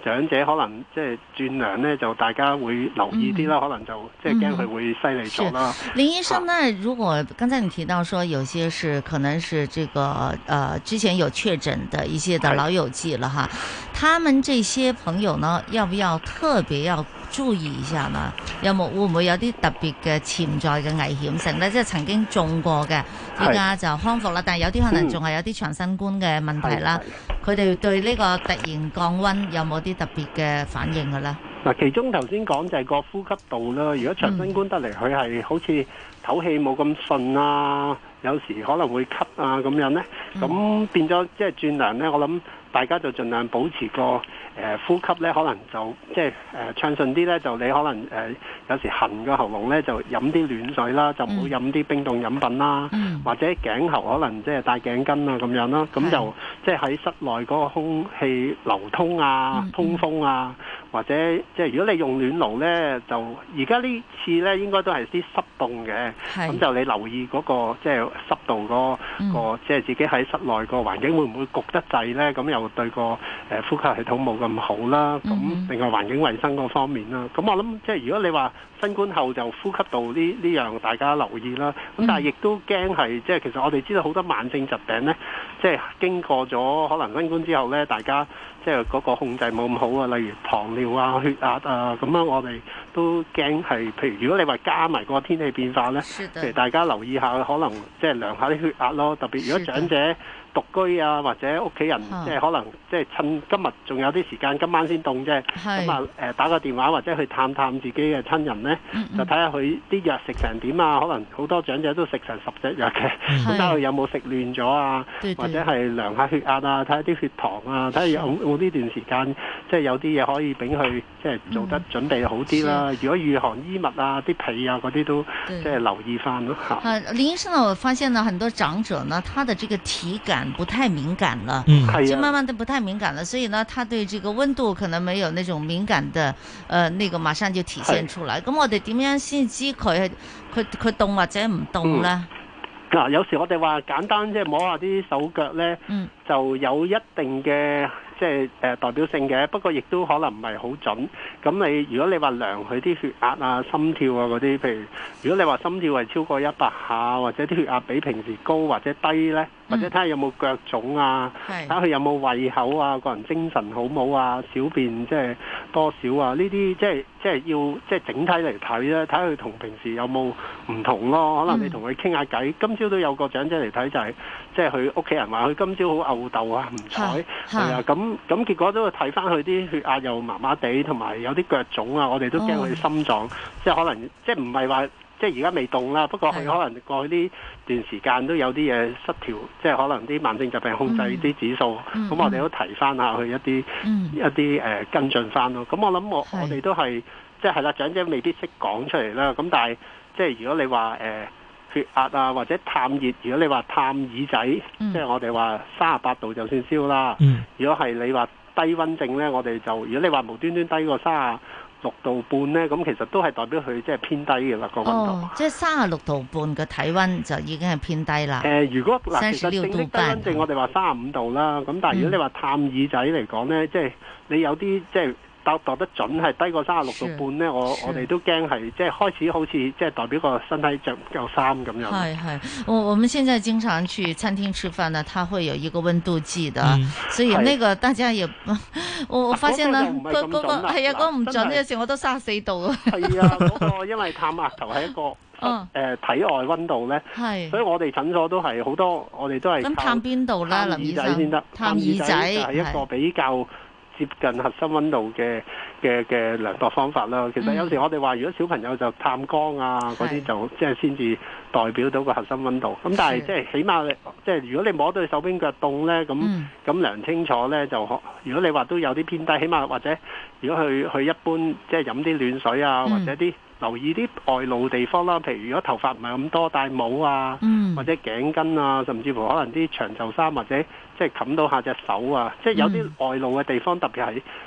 長者可能即係轉涼咧，就大家會留意啲啦、嗯，可能就即係驚佢會犀利咗啦。
林醫生呢，如果剛才你提到說有些是可能是這個呃之前有確診的一些的老友記了哈，他們這些朋友呢，要不要特別要注意一下呢？有冇會唔會有啲特別嘅潛在嘅危險性呢？即係曾經中過嘅，而家就康復啦，但係有啲可能仲係有啲長新冠嘅問題啦。佢、嗯、哋對呢個突然降溫有冇啲特別嘅反應嘅咧？
嗱，其中頭先講就係個呼吸道啦。如果長新冠得嚟，佢係好似唞氣冇咁順啊，有時可能會咳啊咁樣咧，咁、嗯、變咗即係轉涼咧，我諗大家就盡量保持個誒、呃、呼吸咧，可能就即係誒暢順啲咧，就你可能誒、呃、有時痕個喉嚨咧，就飲啲暖水啦，就唔好飲啲冰凍飲品啦、嗯，或者頸喉可能即係戴頸巾啊咁樣啦，咁就即係喺室內嗰個空氣流通啊、嗯、通風啊，或者即係如果你用暖爐咧，就而家呢次咧應該都係啲濕凍嘅，咁就你留意嗰、那個即係濕度嗰、那個、嗯、即係自己喺室內個環境會唔會焗得滯咧？咁又對個誒呼吸系統冇咁好啦。咁、嗯、另外環境衛生嗰方面啦。咁我諗即係如果你話新冠後就呼吸道呢呢樣大家留意啦。咁但係亦都驚係即係其實我哋知道好多慢性疾病咧，即係經過咗可能新冠之後咧，大家即係嗰個控制冇咁好啊，例如糖尿啊、血壓啊，咁樣我哋都驚係，譬如如果你話加埋個天氣變化咧，譬如大家留意下，可能即係量下啲血壓咯，特別如果長者獨居啊，或者屋企人即係可能即係趁今日仲有啲時間，今晚先凍啫，咁啊誒打個電話或者去探探自己嘅親人咧，就睇下佢啲藥食成點啊，可能好多長者都食成十隻藥嘅，咁睇下佢有冇食亂咗啊，或者係量下血壓啊，睇下啲血糖啊，睇下有冇呢段時間即係有啲嘢可以俾佢即係做得準備好啲啦。如果御寒衣物啊、啲被啊嗰啲都即係留意翻咯嚇。啊，
林醫生呢，我發現呢很多長者呢，他的這個體感不太敏感了，
嗯，
就慢慢都不太敏感了，所以呢，他對這個溫度可能沒有那種敏感的，呃，那個馬上就體現出來。咁我哋點樣先知佢佢佢凍或者唔凍呢？
嗱、嗯，有時我哋話簡單即係摸下啲手腳咧、嗯，就有一定嘅即係誒代表性嘅，不過亦都可能唔係好準。咁你如果你話量佢啲血壓啊、心跳啊嗰啲，譬如如果你話心跳係超過一百下，或者啲血壓比平時高或者低咧，或者睇下有冇腳腫啊，睇下佢有冇胃口啊，個人精神好冇啊，小便即係多少啊，呢啲即係即係要即係整體嚟睇咧，睇下佢同平時有冇唔同咯。可能你同佢傾下偈，今朝都有個長者嚟睇，就係即係佢屋企人話佢今朝好吽竇啊，唔睬係啊，咁咁結果都會睇翻佢啲血壓又麻麻地，同埋有啲腳腫啊，我哋都驚佢心臟、哦、即係可能即係唔係話即係而家未凍啦，不過佢可能過去呢段時間都有啲嘢失調，即係可能啲慢性疾病控制啲指數，咁、嗯、我哋都提翻下去一啲、嗯、一啲誒、呃、跟進翻咯。咁我諗我我哋都係即係係啦，長者未必識講出嚟啦。咁但係即係如果你話誒、呃、血壓啊或者探熱，如果你話探耳仔，嗯、即係我哋話三十八度就算燒啦、嗯。如果係你話低溫症咧，我哋就如果你話無端端低過三十六度半咧，咁其實都係代表佢即係偏低嘅啦個溫度。
哦，即係三十六度半嘅體溫就已經係偏低啦。
誒、呃，如果嗱，其實正式低溫症我哋話三十五度啦，咁但係如果你話探耳仔嚟講咧，即係你有啲即係。度度得準係低過三十六度半咧，我我哋都驚係即係開始好似即係代表個身體着唔夠衫咁樣。
係係，我我們現在經常去餐廳吃飯呢，它會有一個溫度計的、嗯，所以那個大家也，我我發現呢，嗰嗰個係啊，嗰個唔準，有時我都三十四度啊。係
啊，嗰個因為探額頭係一個誒、哦呃、體外溫度咧，係，所以我哋診所都係好多，我哋都係
咁探邊度啦，林醫生？探耳仔
係一個比較接近核心溫度嘅嘅嘅量度方法啦。其實有時我哋話，如果小朋友就探光啊嗰啲，就即係先至代表到個核心溫度。咁但係即係起碼，即係如果你摸到佢手邊腳凍咧，咁咁量清楚咧，就如果你話都有啲偏低，起碼或者如果去去一般即係飲啲暖水啊，或者啲留意啲外露地方啦。譬如如果頭髮唔係咁多，戴帽啊，或者頸巾啊，甚至乎可能啲長袖衫或者即係冚到下隻手啊，即係有啲外露嘅地方，特別係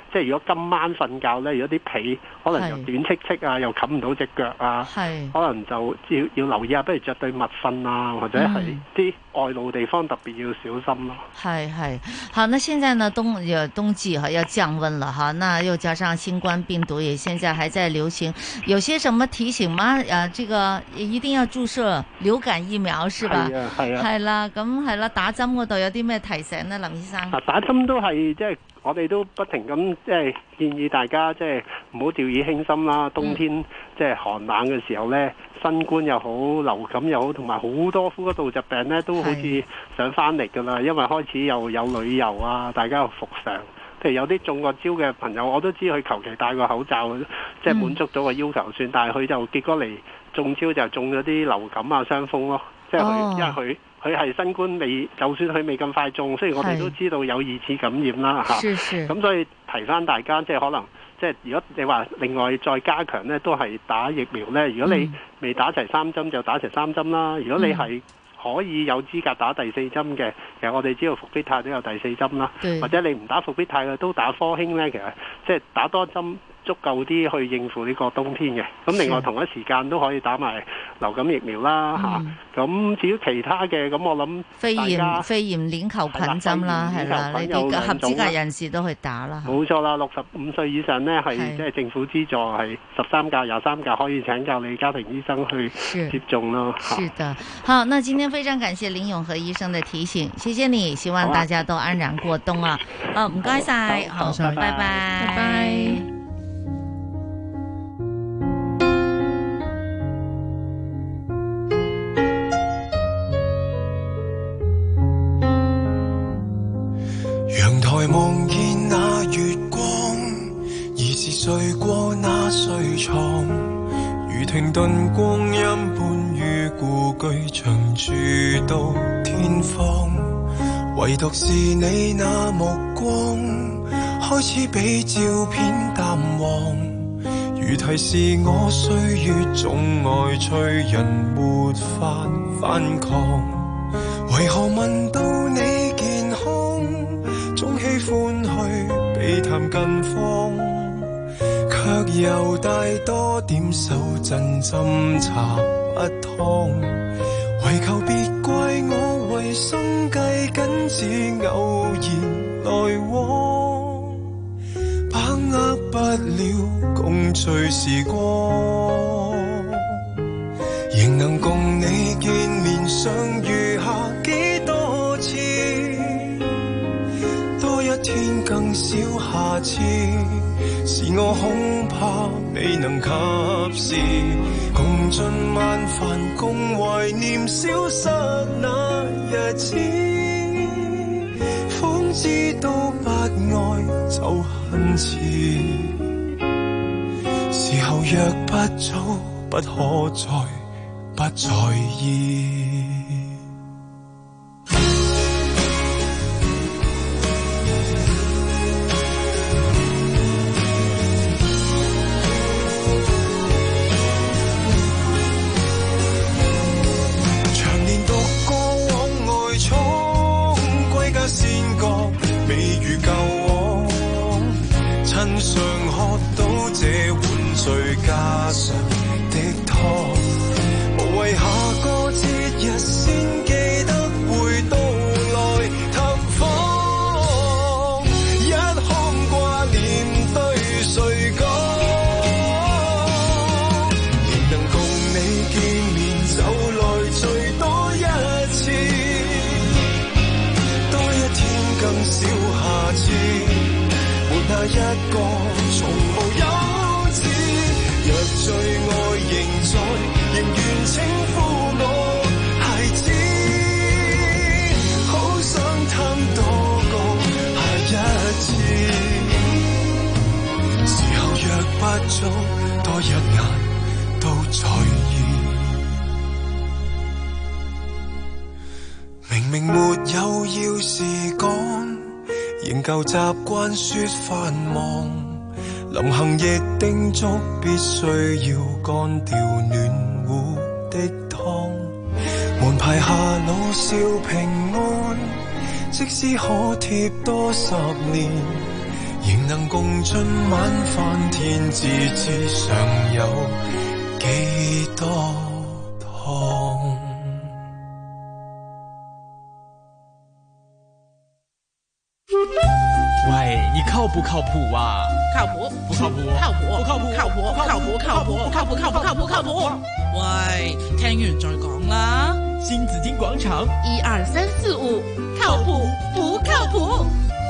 即係如果今晚瞓覺咧，如果啲被可能又短戚戚啊，又冚唔到隻腳啊，可能就要要留意下，不如着對襪瞓啊，或者係啲外露地方特別要小心咯。
係係，好，那現在呢冬有冬季哈要降溫了哈，那又加上新冠病毒也現在還在流行，有些什麼提醒嗎？啊，這個一定要注射流感疫苗是吧？
係啊係啊，
係啦，咁係啦，打針嗰度有啲咩提醒呢？林醫生？
啊，打針都係即係我哋都不停咁即係建議大家即係唔好掉以輕心啦。冬天、嗯、即係寒冷嘅時候呢，新冠又好，流感又好，同埋好多呼吸道疾病呢都好似想翻嚟㗎啦。因為開始又有旅遊啊，大家又復常。譬如有啲中過招嘅朋友，我都知佢求其戴個口罩，即係滿足咗個要求算，嗯、但係佢就結果嚟中招就中咗啲流感啊、傷風咯。即係佢、哦，因為佢佢係新冠未，就算佢未咁快中，雖然我哋都知道有二次感染啦嚇。咁所以提翻大家，即係可能，即係如果你話另外再加強呢，都係打疫苗呢。如果你未打齊三針，就打齊三針啦。如果你係可以有資格打第四針嘅，其實我哋知道復必泰都有第四針啦。或者你唔打復必泰嘅，都打科興呢。其實即係打多針足夠啲去應付呢個冬天嘅。咁另外同一時間都可以打埋流感疫苗啦嚇。咁、嗯啊、至於其他嘅，咁我諗
肺炎肺炎鏈球菌針啦，係啦，呢啲合資格人士都去打啦。
冇錯啦，六十五歲以上呢，係即係政府資助係十三價、廿三價可以請教你家庭醫生去接種咯。
是的，好，那今天非常感謝林永和醫生的提醒，謝謝你，希望大家都安然過冬啊！好，唔該晒，好，拜拜，拜拜。
陽台望見那月光，疑是睡過那睡床，如停頓光陰般於故居長住到天荒，唯獨是你那目光開始比照片淡黃，如提示我歲月總愛催人沒法反抗，為何問到你健康總喜歡去避談近況，卻又帶多點手震斟茶不湯，唯求別怪我為生計緊只偶然來往，把握不了共聚時光，仍能共你見面相遇下幾多次，多一天更少下次，是我恐怕未能及時共進晚飯，共懷念消失那日子，方知道不愛就很遲，時候若不早，不可再不在意。常喝到這碗最家常的湯，無謂下個節日先記得會到來探訪，一腔掛念對誰講，仍能共你見面就來最多一次，多一天更少下次，那一個從無休止，若最愛仍在，仍願稱呼我孩子，好想貪多個下一次，時候若不早，多一眼都在意，明明沒有要事趕，仍舊習慣說繁忙，臨行亦叮囑必須要乾掉暖壺的湯，門牌下老少平安，即使可貼多十年， 仍能共進晚飯，天知之上有幾多痛。
喂，你靠不靠谱啊？
靠谱，
不靠谱，
靠谱，
不靠谱，
靠谱，靠谱，靠谱，靠谱，靠谱，靠谱，靠谱。喂，聽完再講啦。
新紫荊廣場，
一二三四五，靠譜不靠譜？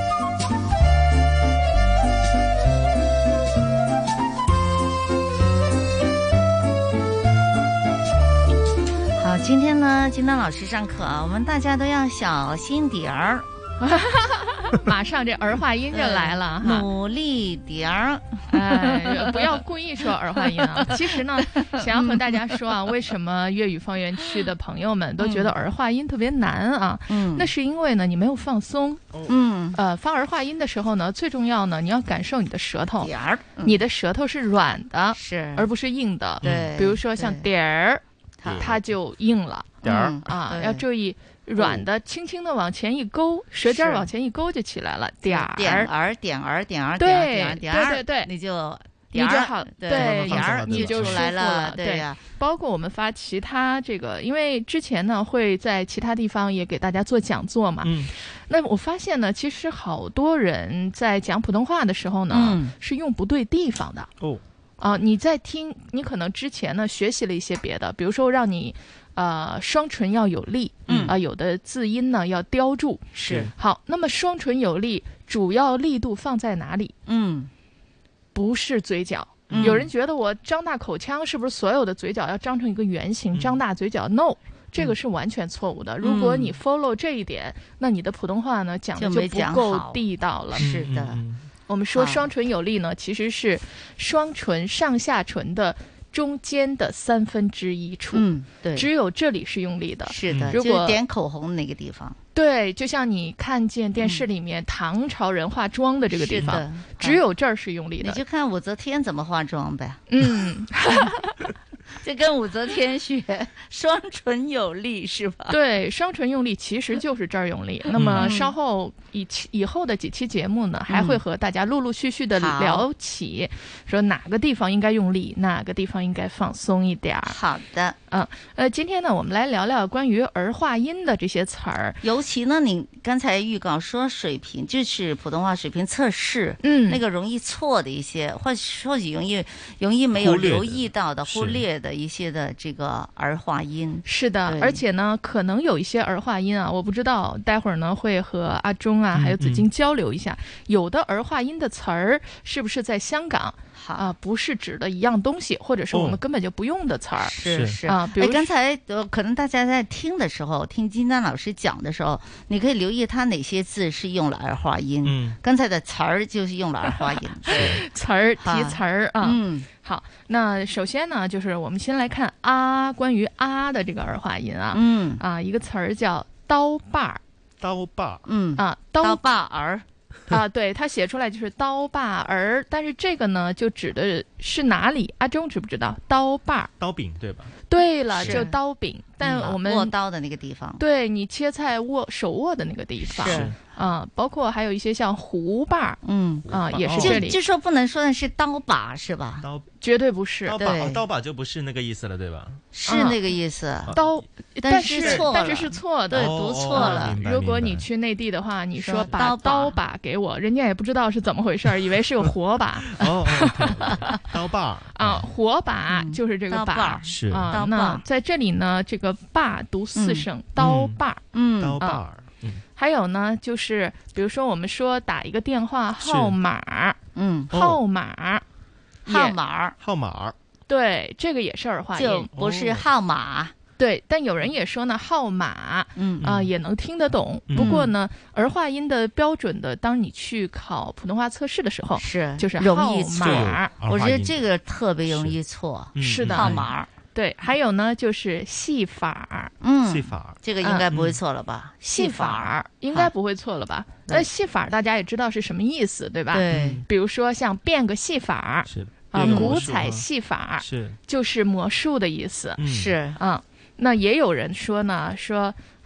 好，今天呢，金丹老师上課，我們大家都要小心點兒。
马上这儿化音就来了哈，
努力点儿，
哎，不要故意说儿化音啊。其实呢，想要和大家说啊，为什么粤语方言区的朋友们都觉得儿化音特别难啊？嗯，那是因为呢，你没有放松。嗯，呃，发儿化音的时候呢，最重要呢，你要感受你的舌头，点儿，你的舌头是软的，
是，
而不是硬的。
对，
比如说像点儿，它就硬了。点儿啊，要注意。软的，轻轻的往前一勾，舌尖往前一勾就起来了。点儿，
点儿，点儿，点儿，
对，
点儿，点儿，
对对对，
你就
你就好，对，
点儿
你就
出来了，
对呀。包括我们发其他这个，因为之前呢会在其他地方也给大家做讲座嘛。嗯。那我发现呢，其实好多人在讲普通话的时候呢，嗯、是用不对地方的。哦。啊、呃，你在听，你可能之前呢学习了一些别的，比如说让你。呃，双唇要有力，嗯啊、呃，有的字音呢要叼住，
是
好。那么双唇有力，主要力度放在哪里？嗯，不是嘴角。嗯、有人觉得我张大口腔是不是所有的嘴角要张成一个圆形，嗯、张大嘴角 ？No， 这个是完全错误的。嗯、如果你 follow 这一点，那你的普通话呢讲的就不够地道了。
是的，
我们说双唇有力呢，其实是双唇上下唇的。中间的三分之一处，嗯，对，只有这里是用力的。
是的，如果点口红那个地方，
对，就像你看见电视里面唐朝人化妆的这个地方，嗯、只有这儿是用力的。
你就看武则天怎么化妆呗。嗯。就跟武则天学，双唇有力是吧？
对，双唇用力其实就是这儿用力。那么稍后以以后的几期节目呢，还会和大家陆陆续续的聊起，说哪个地方应该用力，哪个地方应该放松一点。
好的，
嗯，呃，今天呢，我们来聊聊关于儿化音的这些词儿。
尤其呢，你刚才预告说水平就是普通话水平测试，嗯，那个容易错的一些，或或许容易容易没有留意到的、忽略的。一些的这个儿化音
是的，而且呢，可能有一些儿化音啊，我不知道，待会儿呢会和阿忠啊还有紫荆交流一下，嗯嗯、有的儿化音的词儿是不是在香港啊、呃、不是指的一样东西，或者是我们根本就不用的词儿、哦？
是是啊，比如刚才呃，可能大家在听的时候，听金丹老师讲的时候，你可以留意他哪些字是用了儿化音。嗯，刚才的词儿就是用了儿化音，
词儿提词儿啊。嗯。好，那首先呢，就是我们先来看啊，关于啊的这个儿化音啊，嗯啊，一个词儿叫刀把，
刀把，
嗯
啊，
刀把儿
啊，对，它写出来就是刀把儿，但是这个呢，就指的是哪里？阿忠知不知道？刀把，
刀柄对吧？
对了，就刀柄，但我们、
嗯、握刀的那个地方，
对你切菜握手握的那个地方。是啊、呃，包括还有一些像胡把，嗯啊、呃，也是这里。
就就说不能说的是刀把是吧？
刀
绝对不是，
刀把、哦、刀把就不是那个意思了，对吧？
是那个意思，
啊、刀，
但是错了，
但是是错的，
对，读错了。
哦、
如果你去内地的话，你说把刀把给我，人家也不知道是怎么回事，以为是个火把。
哦，刀把
啊，火把就是这个把，
是
啊。那在这里呢，这个把读四声，刀把，
嗯，刀把。
还有呢，就是比如说我们说打一个电话号码，嗯，号码，
号码，
号码，
对，这个也是儿化音，
就不是号码。
对，但有人也说呢，号码，嗯啊、呃，也能听得懂。嗯、不过呢，儿化音的标准的，当你去考普通话测试的时候，
是
就是
容易
错。
我觉得这个特别容易错。
是, 是的，
号码。
对，还有呢，就是戏法，
嗯，
戏法，
这个应该不会错了吧？
嗯、戏法应该不会错了吧？那戏法大家也知道是什么意思，对吧？
对，
比如说像变个戏法，
是
啊，古彩戏法，
是
就是魔术的意思，
是
啊。那也有人说呢，说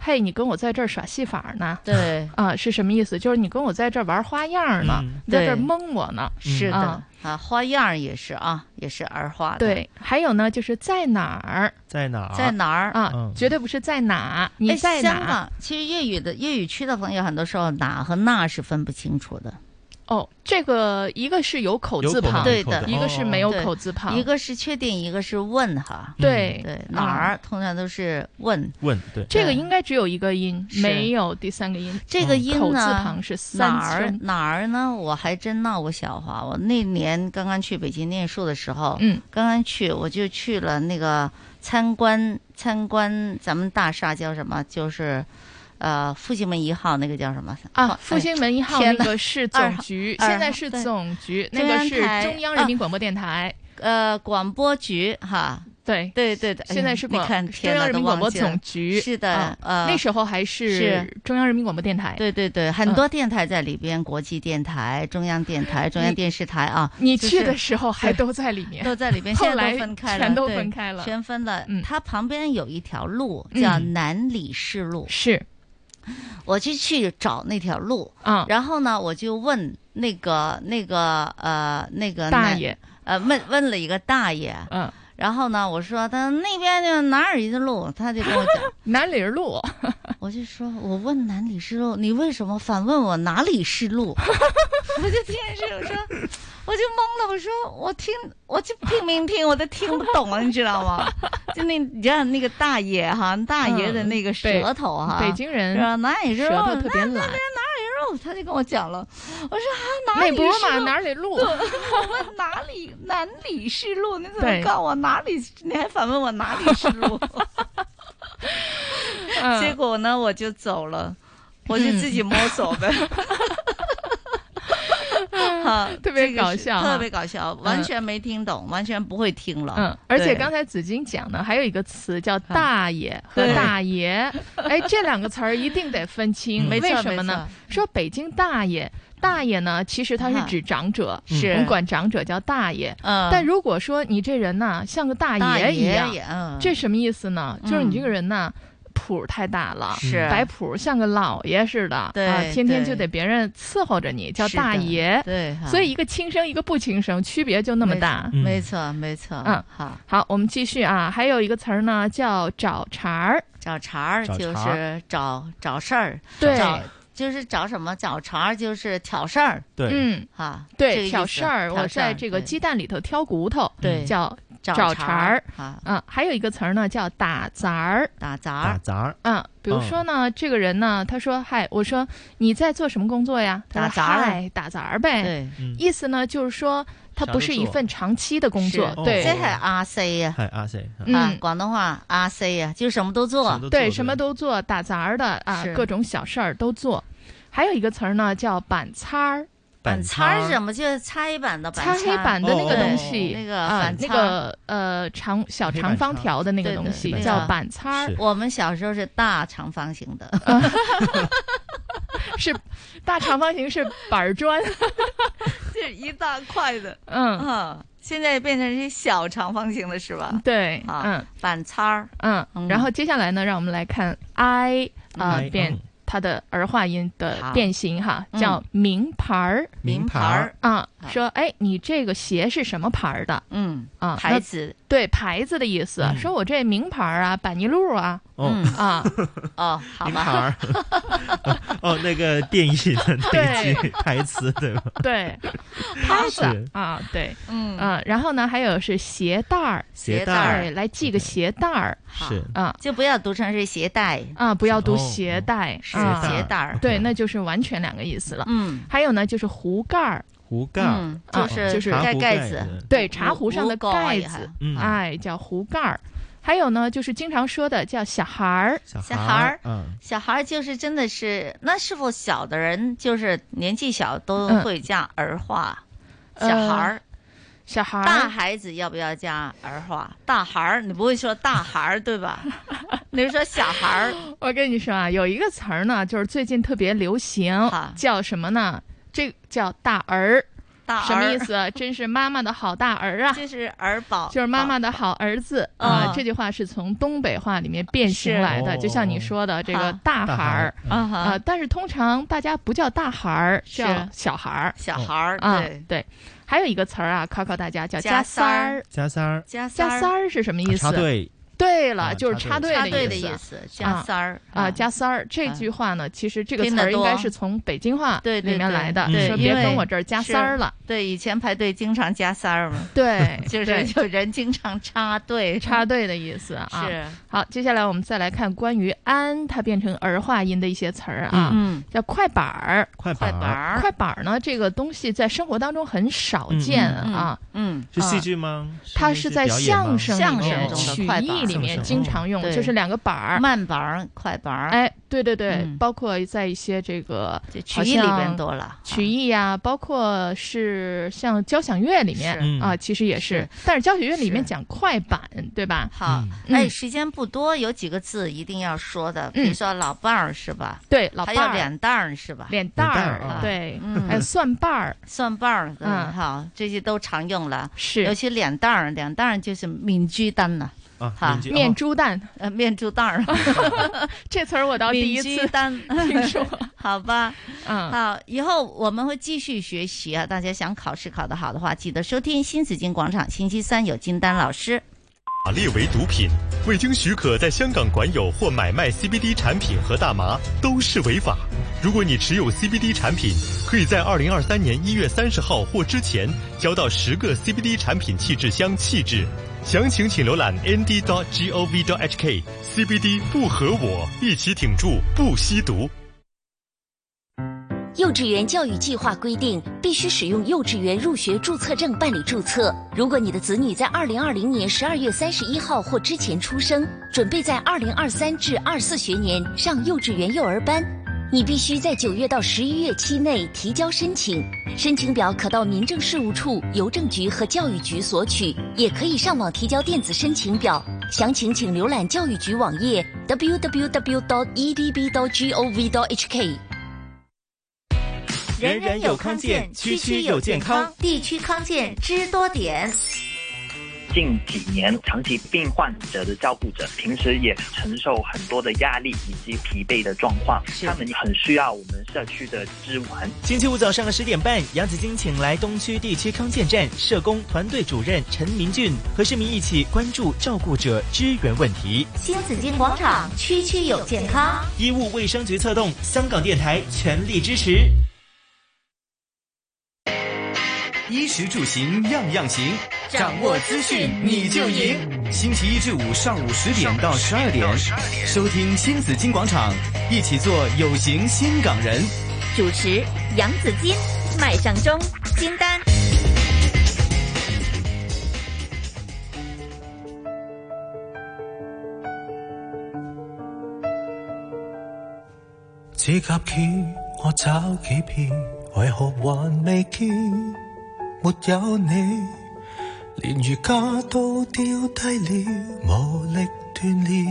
嘿，你跟我在这儿耍戏法呢？
对
啊，是什么意思？就是你跟我在这儿玩花样呢，
嗯、
在这儿蒙我呢。
是的、
啊，
啊，花样也是啊，也是儿化的。
对，还有呢，就是在哪儿？
在哪儿？
在哪儿
啊、嗯？绝对不是在哪，你在哪？
香港其实粤语的粤语区的朋友，很多时候哪和那是分不清楚的。
哦，这个一个是有口字旁，
对的，
一个是没有口字旁，
一个是确定，一个是问哈。
对
对，哪儿通常都是问
问，对，
这个应该只有一个音，没有第三个音。
这个音呢，
口字旁是三
哪儿哪儿呢？我还真闹过笑话。我那年刚刚去北京念书的时候，
嗯，
刚刚去我就去了那个参观参观咱们大厦叫什么？就是。呃，复兴门一号那个叫什么
啊？复兴门一号那个是总局，现在是总局，那个是中央人民广播电台，
呃，广播局哈。
对
对对对，
现在是广
看
中央人民广播总局，
是的，呃，
那时候还是中央人民广播电台。
对对对，很多电台在里边，国际电台、中央电台、中央电视台啊。
你去的时候还都在里面，
都在里边，现在都分开了，
全都分开了，
全分了。它旁边有一条路叫南礼士路，
是。
我就去找那条路，
嗯，
然后呢，我就问那个那个呃那个
大爷，
呃问问了一个大爷，
嗯，
然后呢，我说他那边就哪里的路，他就跟我讲
南礼路，
我就说我问南礼士路，你为什么反问我哪里是路？我就听着我说。我就懵了，我说我听，我就拼命听，我都听不懂了，你知道吗？就那你知道那个大爷哈，大爷的那个舌头哈，
嗯、北京人
是吧？哪里是
舌头特别懒，
那边哪里路？他就跟我讲了，我说啊哪里
是路？那不哪里路？
我问哪里南礼士路？你怎么告我哪里？你还反问我哪里是路？结果呢，我就走了，我就自己摸索呗。哈，
特别搞笑，
特别搞笑，完全没听懂，完全不会听了。
嗯，而且刚才紫金讲呢，还有一个词叫大爷和大爷，哎，这两个词儿一定得分清，为什么呢？说北京大爷。大爷呢，其实他是指长者，
是
我们管长者叫大爷。嗯，但如果说你这人呢，像个大爷一样，这什么意思呢？就是你这个人呢。谱太大了，
是
摆谱像个老爷似的，
对、
啊，天天就得别人伺候着你，叫大爷。
对，
所以一个轻声一个不轻声，区别就那么大。
没错，没错。
嗯，好，好，我们继续啊，还有一个词儿呢，叫找茬儿。
找茬儿就是找找事儿，
对。
就是找什么找茬，就是挑事儿。
对，
嗯，
哈，
对，挑事儿。我在这个鸡蛋里头挑骨头，
对，
叫找茬儿。啊，嗯，还有一个词儿呢，叫打杂儿。
打杂，
打杂。
嗯，比如说呢，这个人呢，他说：“嗨，我说你在做什么工作呀？”
打杂
儿，打杂儿呗。
对，
意思呢就是说。它不是一份长期的工作，对，
这係阿四啊，
係阿四
啊，廣東話阿四啊，就什麼都做，
對，什麼都做，打雜的啊，各種小事兒都做。還有一個詞兒呢，叫板擦兒。
板擦是什麼？就是擦黑板的板擦，
擦黑板的那個東西，
那個
啊，那個呃長小長方條的那個東西叫板擦。
我們小時候是大長方形的。
是大長方形是板磚，
是一大塊的，
嗯
嗯，現在變成是小長方形的是吧？
對，嗯，
板擦，
嗯，然後接下來呢，讓我們來看 I 啊變它的兒化音的變形哈，叫名牌兒，
名牌
兒啊，說哎，你這個鞋是什麼牌的？
嗯
啊，
牌子，
對，牌子的意思，說我這名牌啊，板泥路啊。
嗯啊哦，好吧。
哦，那個電影的那句台詞對吧？
對，牌子啊，對，嗯啊，然後呢，還有是鞋帶兒，
鞋帶
兒來繫個鞋帶兒，
是
啊，
就不要讀成是鞋帶
啊，不要讀鞋帶，
是鞋帶兒，
對，那就是完全兩個意思了。
嗯，
還有呢，就是壺蓋兒。
壺蓋
就是
就是
蓋子，
對，茶壺上的蓋子，哎，叫壺蓋兒。還有呢，就是經常說的叫小孩兒，
小孩兒，嗯，小孩兒就是真的是，那是否小的人就是年紀小都會加兒化？小孩兒，
小孩兒，
大孩子要不要加兒化？大孩兒，你不會說大孩兒對吧？你是說小孩兒？
我跟你說啊，有一個詞兒呢，就是最近特別流行，叫什麼呢？這叫大兒。
大
什么意思？真是妈妈的好大儿啊！
就是儿宝，
就是妈妈的好儿子啊、呃！这句话是从东北话里面变形来的，就像你说的这个大孩儿啊、呃，但是通常大家不叫大孩儿，叫小孩儿，
小孩儿
啊、
对、
嗯、对。还有一个词儿啊，考考大家，叫加三儿。
加三儿，
加
加三儿是什么意思？
插队。
对了，就是插队
的意思，加三儿
啊，加三儿这句话呢，其实这个词儿应该是从北京话里面来的，说别跟我这儿加三儿了。
对，以前排队经常加三儿嘛。
对，
就是有人经常插队，
插队的意思啊。
是。
好，接下来我们再来看关于安它变成儿化音的一些词儿啊，
嗯，
叫快板儿。
快板
儿，
快板儿呢，这个东西在生活当中很少见啊。
嗯，
是戏剧吗？
它是在相声
相声中
曲艺里面经常用，就是两个板儿，
慢板儿、快板儿。
哎，对对对，包括在一些这个
曲艺里边多了，
曲艺呀，包括是像交响乐里面啊，其实也是。但是交响乐里面讲快板，对吧？
好，哎，时间不多，有几个字一定要说的，比如说老伴儿是吧？
对，老伴儿。
还有脸蛋儿是吧？
脸蛋儿，对，还有蒜瓣儿，
蒜瓣儿，嗯，好，这些都常用了。
是，
尤其脸蛋儿，脸蛋儿就是面珠蛋呐。
啊，
面珠蛋，
呃，面珠蛋儿，
这词儿我倒第一次听说。
好吧，
嗯，
好，以后我们会继续学习啊。大家想考试考得好的话，记得收听新紫荆广场，星期三有金丹老师。
把列为毒品，未经许可在香港管有或买卖 C B D 产品和大麻都是违法。如果你持有 C B D 产品，可以在二零二三年一月三十号或之前交到十个 C B D 产品弃置箱弃置。详情请浏览 n d dot gov dot h k。 C B D 不和我，一起挺住不吸毒。
幼稚园教育计划规定，必须使用幼稚园入学注册证办理注册。如果你的子女在二零二零年十二月三十一号或之前出生，准备在二零二三至二四学年上幼稚园幼儿班，你必须在九月到十一月期内提交申请。申请表可到民政事务处、邮政局和教育局索取，也可以上网提交电子申请表。详情请浏览教育局网页 w w w dot e d b dot gov dot h k。
人人有康健，区区有健康，地区康健知多点。
近几年，长期病患者的照顾者平时也承受很多的压力以及疲惫的状况，他们很需要我们社区的支援。
星期五早上十点半，杨子金请来东区地区康健站社工团队主任陈明俊和市民一起关注照顾者支援问题。
新紫荆广场，区区有健康，
医务卫生局策动，香港电台全力支持。
衣食住行样样行，掌握资讯你就赢。星期一至五上午十点到十二点，收听新紫荆广场，一起做有型新港人。
主持杨子金、麦尚中、金丹。
指甲鉗我找幾遍，為何還未見？沒有你，連瑜伽都丟低了，無力鍛鍊。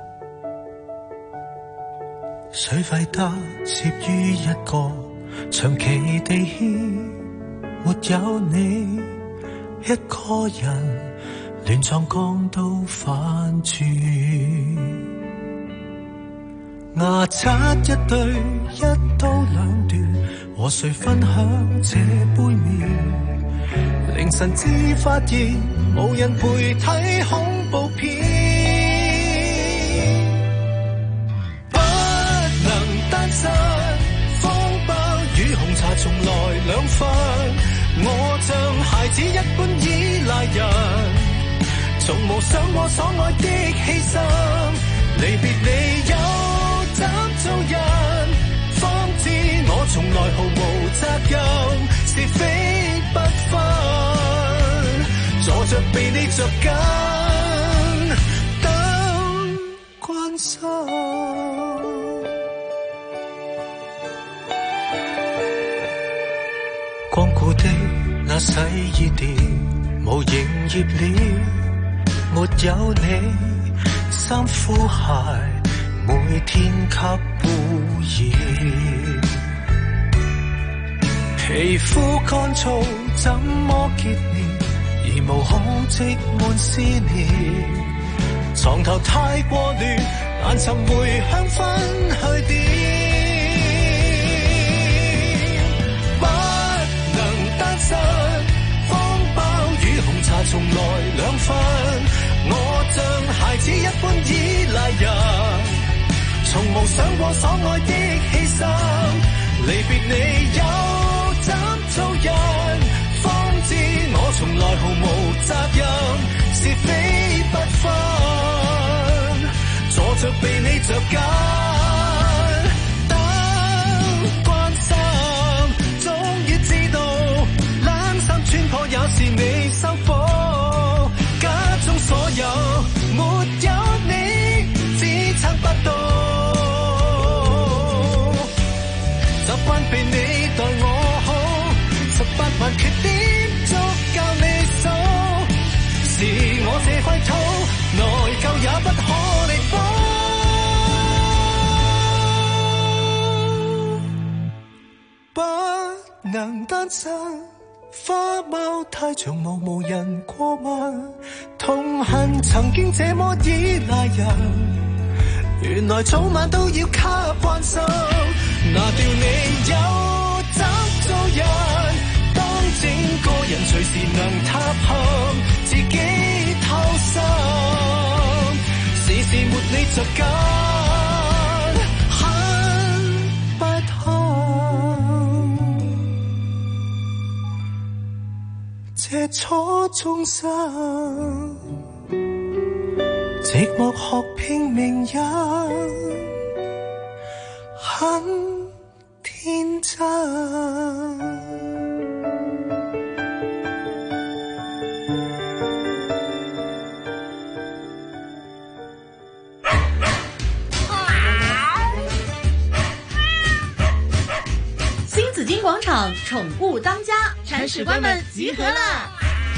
水費得攝於一個長期地欠，沒有你一個人，亂撞江都反轉。牙刷一對，一刀兩斷，和誰分享這杯麵？凌晨至發現無人陪睇恐怖片，不能單身，風暴與紅茶從來兩份。我像孩子一般依賴人，從無想過所愛的犧牲。離別理由怎做人？方知我從來毫無責任，是非不分，坐着被你着緊，等關心。光顧的那洗衣店無營業了，沒有你衫褲鞋每天給污染，皮膚乾燥怎麼結連，而無好積滿思念。床頭太過亂，難尋回香分去點。不能單身，方包與紅茶從來兩份。我像孩子一般依賴人，從無想過所愛的犧牲。離別你有怎做人，方知我從來毫無責任。是非不分，坐着被你着緊，等關心，終於知道冷衫穿破也是你修補，家中所有沒有你支撐不到，習慣被你待我好，十八萬缺點足夠你數。是我這塊土，內疚也不可彌補。不能單身，花貓太長毛無人過問，痛恨曾經這麼依賴人，原來早晚都要給關心。拿掉你有怎做人，當整個人隨時能塌陷。自己偷心，事事沒你着緊，很不堪。這初衷生，寂寞學拼命人，很天真。
紫金广场宠物当家，铲屎官们集合了。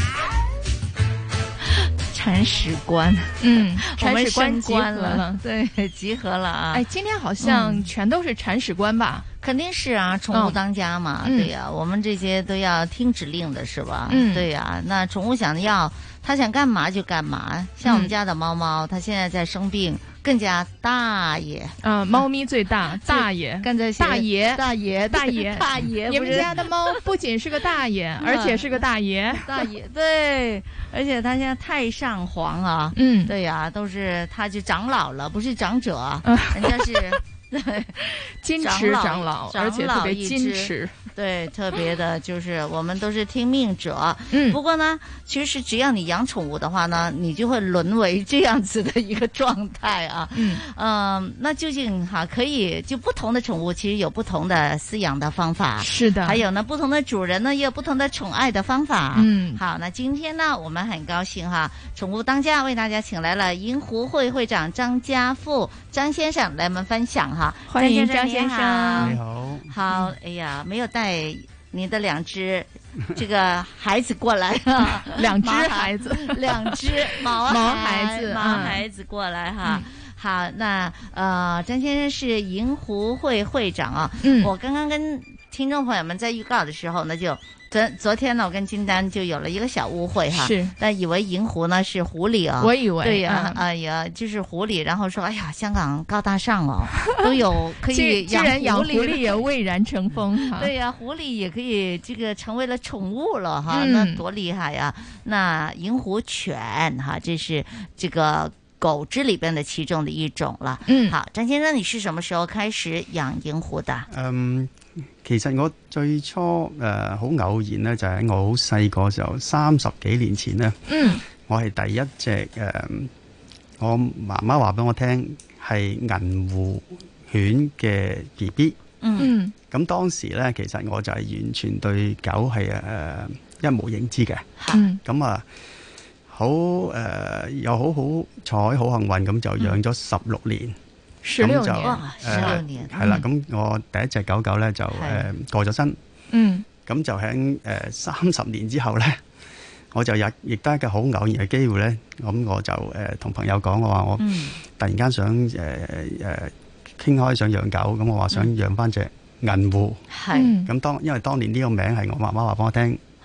铲屎官，
嗯，
铲屎
官
集合了，对，集合了啊！
哎，今天好像全都是铲屎官吧？
嗯、肯定是啊，宠物当家嘛，嗯、对呀、啊，我们这些都要听指令的是吧？嗯，对呀、啊，那宠物想要，它想干嘛就干嘛。像我们家的猫猫，它现在在生病。更加大爷
啊，猫咪最大，大爷，
跟着
大爷，
大爷，
大爷，
大爷。
你们家的猫不仅是个大爷，而且是个大爷，
大爷对，而且他现在太上皇啊，
嗯，
对呀、啊，都是他就长老了，不是长者，嗯、人家是对
矜持长老，而且特别矜持。
对，特别的就是我们都是听命者。
嗯，
不过呢，其实只要你养宠物的话呢，你就会沦为这样子的一个状态啊。
嗯
嗯、呃，那究竟哈可以就不同的宠物其实有不同的饲养的方法。
是的。
还有呢，不同的主人呢也有不同的宠爱的方法。
嗯，
好，那今天呢，我们很高兴哈，宠物当家为大家请来了银湖会会长张家富张先生来我们分享哈。
欢迎张先生，
你好。好，哎呀，没有带你的两只这个孩子过来啊，
两只孩子，
两只毛
毛孩子，
毛孩子过来哈。嗯、好，那呃，张先生是银湖会会长啊。嗯，我刚刚跟听众朋友们在预告的时候呢，就。昨昨天呢，我跟金丹就有了一个小误会哈，
是，
但以为银湖呢是狐狸啊，
我以为，
对呀、啊，
嗯、
哎呀，就是狐狸，然后说，哎呀，香港高大上哦，都有可以
养狐狸，养狐狸也蔚然成风哈，
对呀、啊，狐狸也可以这个成为了宠物了哈，
嗯、
那多厉害呀！那银湖犬哈，这是这个狗只里边的其中的一种了。
嗯，
好，张先生，你是什麼時候開始養銀湖的？
嗯。其實我最初誒好、呃、偶然咧，就喺、是、我好細個時候，三十幾年前咧，
嗯，
我係第一隻誒、呃，我媽媽話俾我聽係銀湖犬嘅 B B，
嗯，
咁當時咧，其實我就係完全對狗係誒、呃、一無認知嘅，
嗯，
咁啊好誒又好好彩好幸運咁就養咗十六年。嗯
十六年，
十六年
係啦。咁我第一隻狗狗咧就誒過咗身，
嗯，
咁就喺誒三十年之後咧，我就亦亦都係一個好偶然嘅機會咧，咁我就誒同朋友講，我話我突然間想誒誒傾開想養狗，咁我話想養翻隻銀湖，
係，
咁當因為當年呢個名係我媽媽話俾我聽，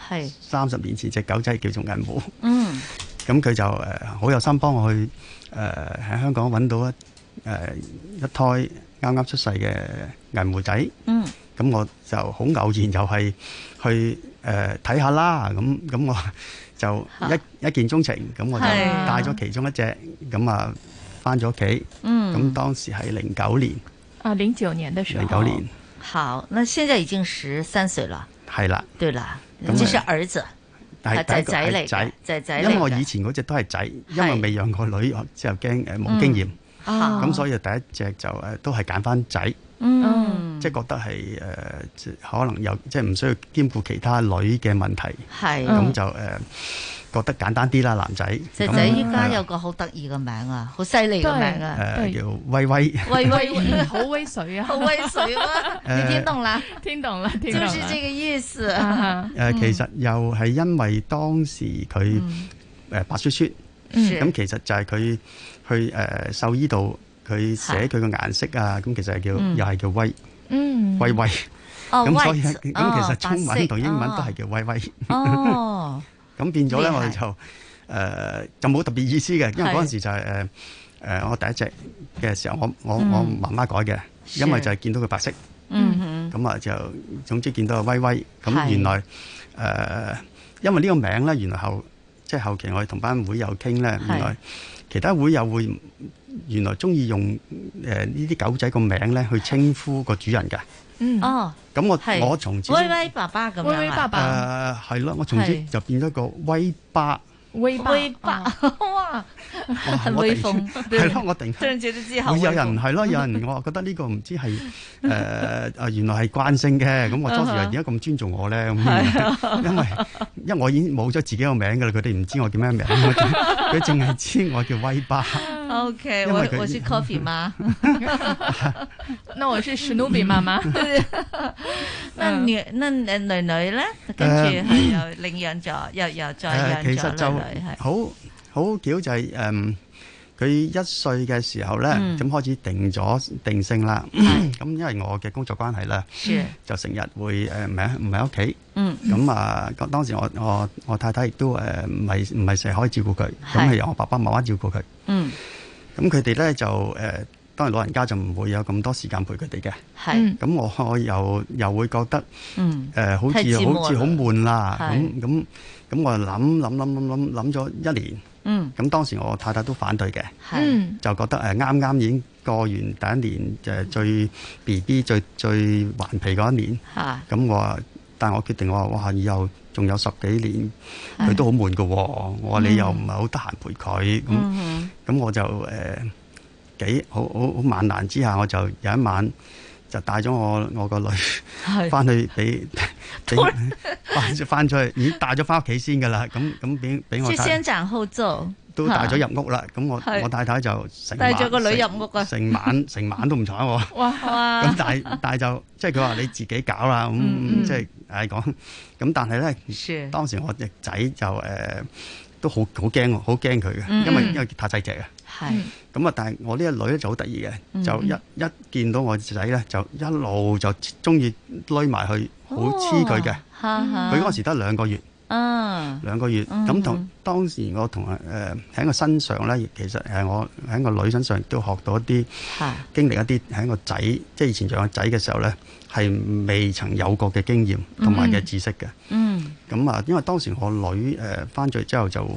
係
三十年前隻狗仔叫做銀狐。
嗯，
咁佢就誒好、呃、有心幫我去誒喺、呃、香港揾到一誒、呃、一胎啱啱出世嘅銀狐仔。
嗯，
咁我就好偶然又係去誒睇下啦。咁咁我就一一見鍾情，咁我就帶咗其中一隻，咁啊翻咗屋企。嗯，咁當時係零九年。
啊，零九年的時候。
零九年。
好，那現在已經十三歲了。
係啦。
對啦，這是兒子。係仔仔嚟嘅，仔仔嚟嘅。
因為我以前嗰隻都係仔，因為未養過女，之後驚誒冇經驗，咁、嗯哦、所以第一隻就誒都係揀翻仔。嗯，即係覺得係誒、呃，可能有即係唔需要兼顧其他女嘅問題。係，咁就誒、呃、覺得簡單啲啦，男仔。
仔仔依家有個好得意嘅名啊，好犀利嘅名啊，
誒、呃、叫威威。
威威，
好威水啊，好
威水啊！你聽懂啦？聽懂啦，聽懂啦。就是這個意思。誒、
呃呃，其實又係因為當時佢誒、嗯呃、白雪雪，咁、嗯、其實就係佢去誒獸醫度。佢寫佢個顏色啊，咁其實係叫、嗯、又係叫威，嗯，威威，咁、哦、所以咁、哦、其實中文同英文都係叫威威。哦，咁變咗咧，我哋就誒、呃、就冇特別意思嘅，因為嗰陣時就係誒誒我第一隻嘅時候，我我、嗯、我媽媽改嘅，因為就係見到佢白色，嗯哼，咁啊就總之見到個威威，咁原來誒、呃、因為呢個名咧，原來後即係後期我哋同班會友傾咧，原來其他會友會。原來中意用誒呢啲狗仔個名咧去稱呼個主人㗎。嗯，哦，咁我我從此
威威爸爸咁樣啊，威威爸
爸誒係咯，我從此就變咗個威巴。
威威巴，哇，很威風，
係咯，我突然
突然覺得之後
會有人係咯，有人我覺得呢個唔知係誒誒原來係慣性嘅，咁我當時又點解咁尊重我咧？咁因為因為我已經冇咗自己個名㗎啦，佢哋唔知我叫咩名，佢淨係知我叫威巴。
O K， 我我是 Coffee 媽，
那我是史努比媽媽。
那女那女女咧，跟住係又領養咗，又又再養咗女女。其實就
好好巧就係誒，佢一歲嘅時候咧，咁開始定咗定性啦。咁因為我嘅工作關係啦，就成日會誒唔喺唔喺屋企。嗯。咁啊，當時我我我太太亦都誒唔係唔係成日可以照顧佢，咁係由我爸爸媽媽照顧佢。嗯。咁佢哋咧就誒、呃，當然老人家就唔會有咁多時間陪佢哋嘅。係。咁我我又又會覺得，嗯，誒、呃，好似好似好悶啦。咁咁咁，我就諗諗諗諗諗諗咗一年。嗯。咁當時我太太都反對嘅。係。就覺得誒啱啱已經過完第一年，就係最 B B 最最頑皮嗰一年。嚇。咁我話，但係我決定我話，哇！以後仲有十幾年，佢都好悶㗎喎。我話你又唔係好得閒陪佢咁。嗯咁我就誒、呃、幾好好好萬難之下，我就有一晚就帶咗我我個女翻去俾俾翻翻出去，已經帶咗翻屋企先㗎啦。咁咁俾俾我。
先斬後奏。
都帶咗入屋啦。咁我我太太就成
帶咗個女入屋啊，
成晚成晚都唔睬我。哇！咁但係但係就即係佢話你自己搞啦。咁、嗯、即係誒講。咁但係咧，當時我隻仔就誒。呃都好好驚，好驚佢嘅，因為因為太細隻啊。係咁啊！但係我呢個女咧就好得意嘅，就一一見到我仔咧，就一路就中意匿埋去，好黐佢嘅。佢嗰時得兩個月，嗯，兩個月咁同、嗯、當時我同誒喺個身上咧，其實誒我喺個女身上都學到一啲經歷一啲喺個仔，即係以前仲有仔嘅時候咧，係未曾有過嘅經驗同埋嘅知識嘅。嗯，咁啊，因為當時我女誒翻咗嚟之後就誒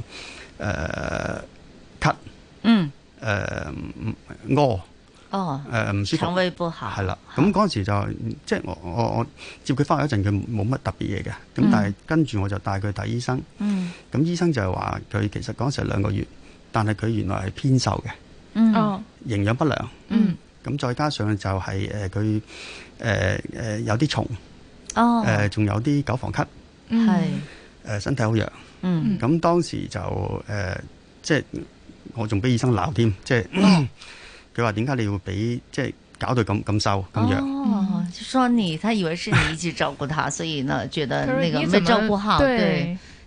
咳，嗯，誒屙，哦，誒唔舒服，腸
胃不好，
係啦。咁嗰陣時就即係我我我接佢翻去嗰陣，佢冇乜特別嘢嘅。咁但係跟住我就帶佢睇醫生。嗯，咁醫生就係話佢其實嗰陣時係兩個月，但係佢原來係偏瘦嘅。嗯，哦，營養不良。嗯，咁再加上就係誒佢誒誒有啲蟲。哦，誒仲有啲久防咳。係，誒身體好弱。嗯，咁當時就誒即係我仲俾醫生鬧添，即係佢話點解你要俾即係搞到咁咁瘦咁弱？
哦，就說你，他以為是你一直照顧他，所以呢覺得那個沒照顧好，對。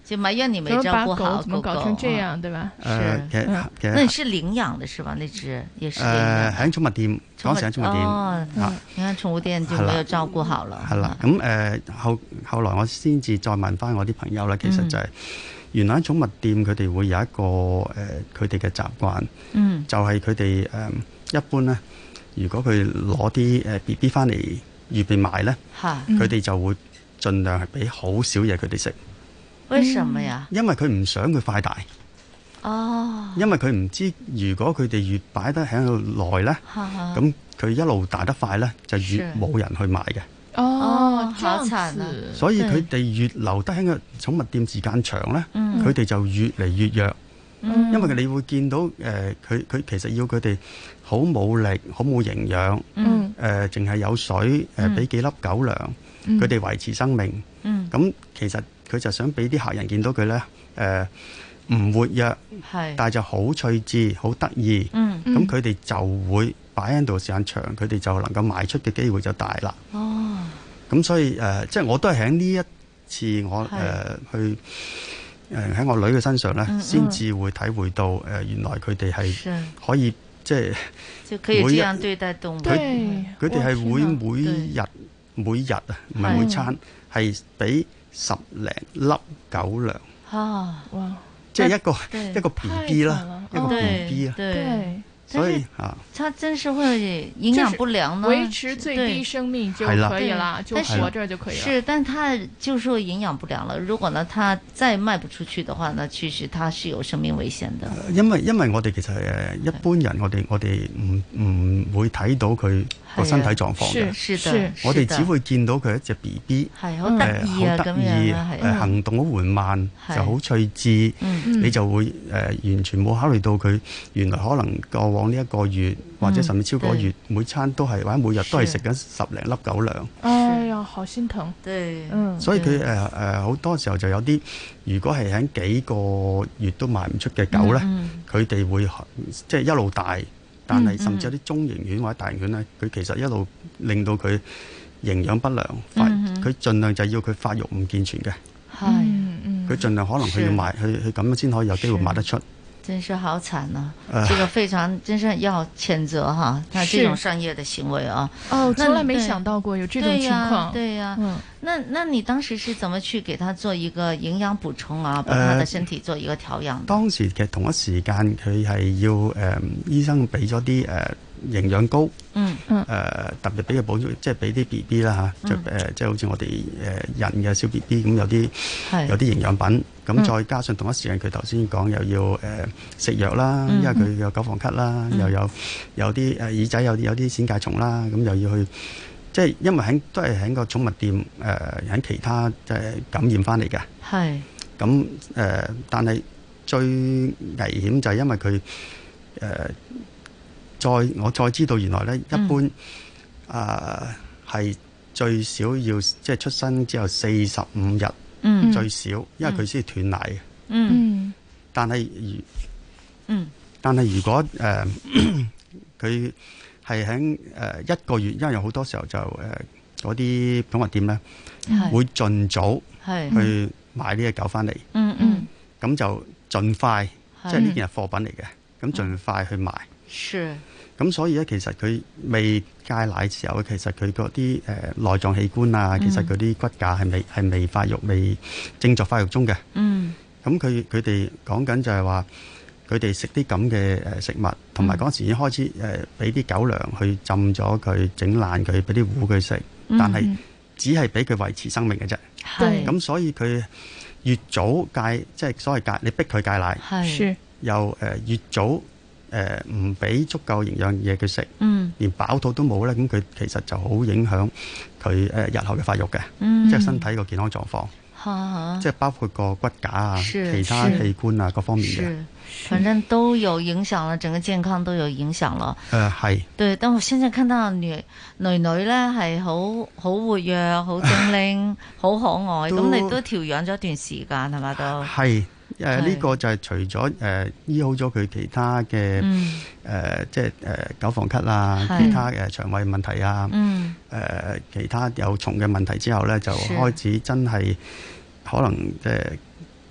就埋怨你沒照顧好
怎麼搞成這樣，對吧？
誒，其實其實
那你是領養的是吧？那隻也是領養。
誒，喺寵物店，嗰時喺寵物店。
哦，你看寵物店就沒有照顧好了。
係啦，咁誒後後來我先至再問翻我啲朋友咧，其實就係原來喺寵物店佢哋會有一個誒佢哋嘅習慣，嗯，就係佢哋誒一般咧，如果佢攞啲誒 B B 翻嚟預備賣咧，佢哋就會盡量係俾好少嘢佢哋食。
為什麼呀？
因為佢唔想佢快大。哦。因為佢唔知，如果佢哋越擺得喺度耐咧，咁佢一路大得快咧，就越冇人去買嘅。
哦，好慘啊！
所以佢哋越留得喺個寵物店時間長咧，佢哋就越嚟越弱。因為你會見到誒，佢佢其實要佢哋好冇力、好冇營養，誒淨係有水，誒俾幾粒狗糧，佢哋維持生命。咁其實佢就想俾啲客人見到佢咧，誒唔活躍，但係就好趣致、好得意。咁佢哋就會擺喺度時間長，佢哋就能夠賣出嘅機會就大啦。哦，咁所以誒，即係我都係喺呢一次我誒去。誒喺我女嘅身上咧，先至會體會到誒原來佢哋係可以即係
就可以這樣對待動物。
佢佢哋係會每日每日啊，唔係每餐係俾十零粒狗糧。啊！哇！即係一個一個 B B 啦，一個 B B 啊。
對。
所以啊，
它真是會營養不良呢？
維持最低生命就可以啦，就活着就可以了。
是，但它就是會營養不良了。如果呢，它再賣不出去的話呢，其實它是有生命危險的。
因為因為我哋其實誒一般人，我哋我哋唔唔會睇到佢個身體狀況嘅。
是的，
我哋只會見到佢一隻 B B，
係好得意啊，咁樣
誒行動好緩慢，就好趣致，你就會誒完全冇考慮到佢原來可能過往呢一個月或者甚至超過月，每餐都係或者每日都係食緊十零粒狗糧。
哎呀，好心疼。
對，
嗯，所以佢誒誒好多時候就有啲，如果係喺幾個月都賣唔出嘅狗咧，佢哋會即係一路大，但係甚至有啲中型犬或者大型犬咧，佢其實一路令到佢營養不良，發佢盡量就要佢發育唔健全嘅。係，佢盡量可能佢要賣，佢佢咁樣先可以有機會賣得出。
真是好慘啊！呃、這個非常真是要譴責哈，他這種商業的行為啊。
哦，從來沒想到過有這種情況。
對呀、啊，對呀、啊。嗯，那那你當時是怎麼去給他做一個營養補充啊？幫他的身體做一個調養、呃？當
時其實同一時間佢係要誒、呃，醫生俾咗啲誒營養膏。嗯嗯。誒、呃，特別俾佢補充，即係俾啲 B B 啦嚇，就誒、呃、即係好似我哋誒人嘅小 B B 咁，有啲有啲營養品。咁再加上同一時間，佢頭先講又要誒、呃、食藥啦，因為佢有久防咳啦，嗯、又有有啲誒耳仔有啲有啲閃疥蟲啦，咁又要去，即係因為喺都係喺個寵物店誒喺、呃、其他即係感染翻嚟嘅。係。咁誒、呃，但係最危險就係因為佢誒、呃、再我再知道原來咧一般啊係、呃、最少要即係出生之後四十五日。嗯，最少，因為佢先斷奶嘅。嗯，但係如，嗯，但係如果誒佢係喺誒一個月，因為有好多時候就誒嗰啲寵物店咧，會盡早去買呢隻狗翻嚟。嗯嗯，咁就盡快，即係呢件係貨品嚟嘅，咁盡快去賣。是。咁所以咧，其實佢未戒奶嘅時候，其實佢嗰啲誒內臟器官啊，其實佢啲骨架係未係未發育，未正在發育中嘅。嗯。咁佢佢哋講緊就係話，佢哋食啲咁嘅誒食物，同埋嗰時已經開始誒俾啲狗糧去浸咗佢，整爛佢，俾啲糊佢食，但係只係俾佢維持生命嘅啫。係。咁所以佢越早戒，即係所謂戒，你逼佢戒奶，係。又誒越早。誒唔俾足夠營養嘢佢食，嗯，連飽肚都冇咧，咁佢其實就好影響佢誒日後嘅發育嘅，嗯，即係身體個健康狀況，哈即係包括個骨架啊、其他器官啊各方面嘅，
反正都有影響了，整個健康都有影響了。誒、呃、係。對，但我現在看到女女女咧係好好活躍、好精靈、好可愛，咁你都調養咗一段時間係咪都？係。誒呢、呃這個就係除咗誒、呃、醫好咗佢其他嘅誒、嗯呃、即係誒久防咳啊，其他嘅腸胃問題啊，誒、嗯呃、其他有蟲嘅問題之後咧，就開始真係可能誒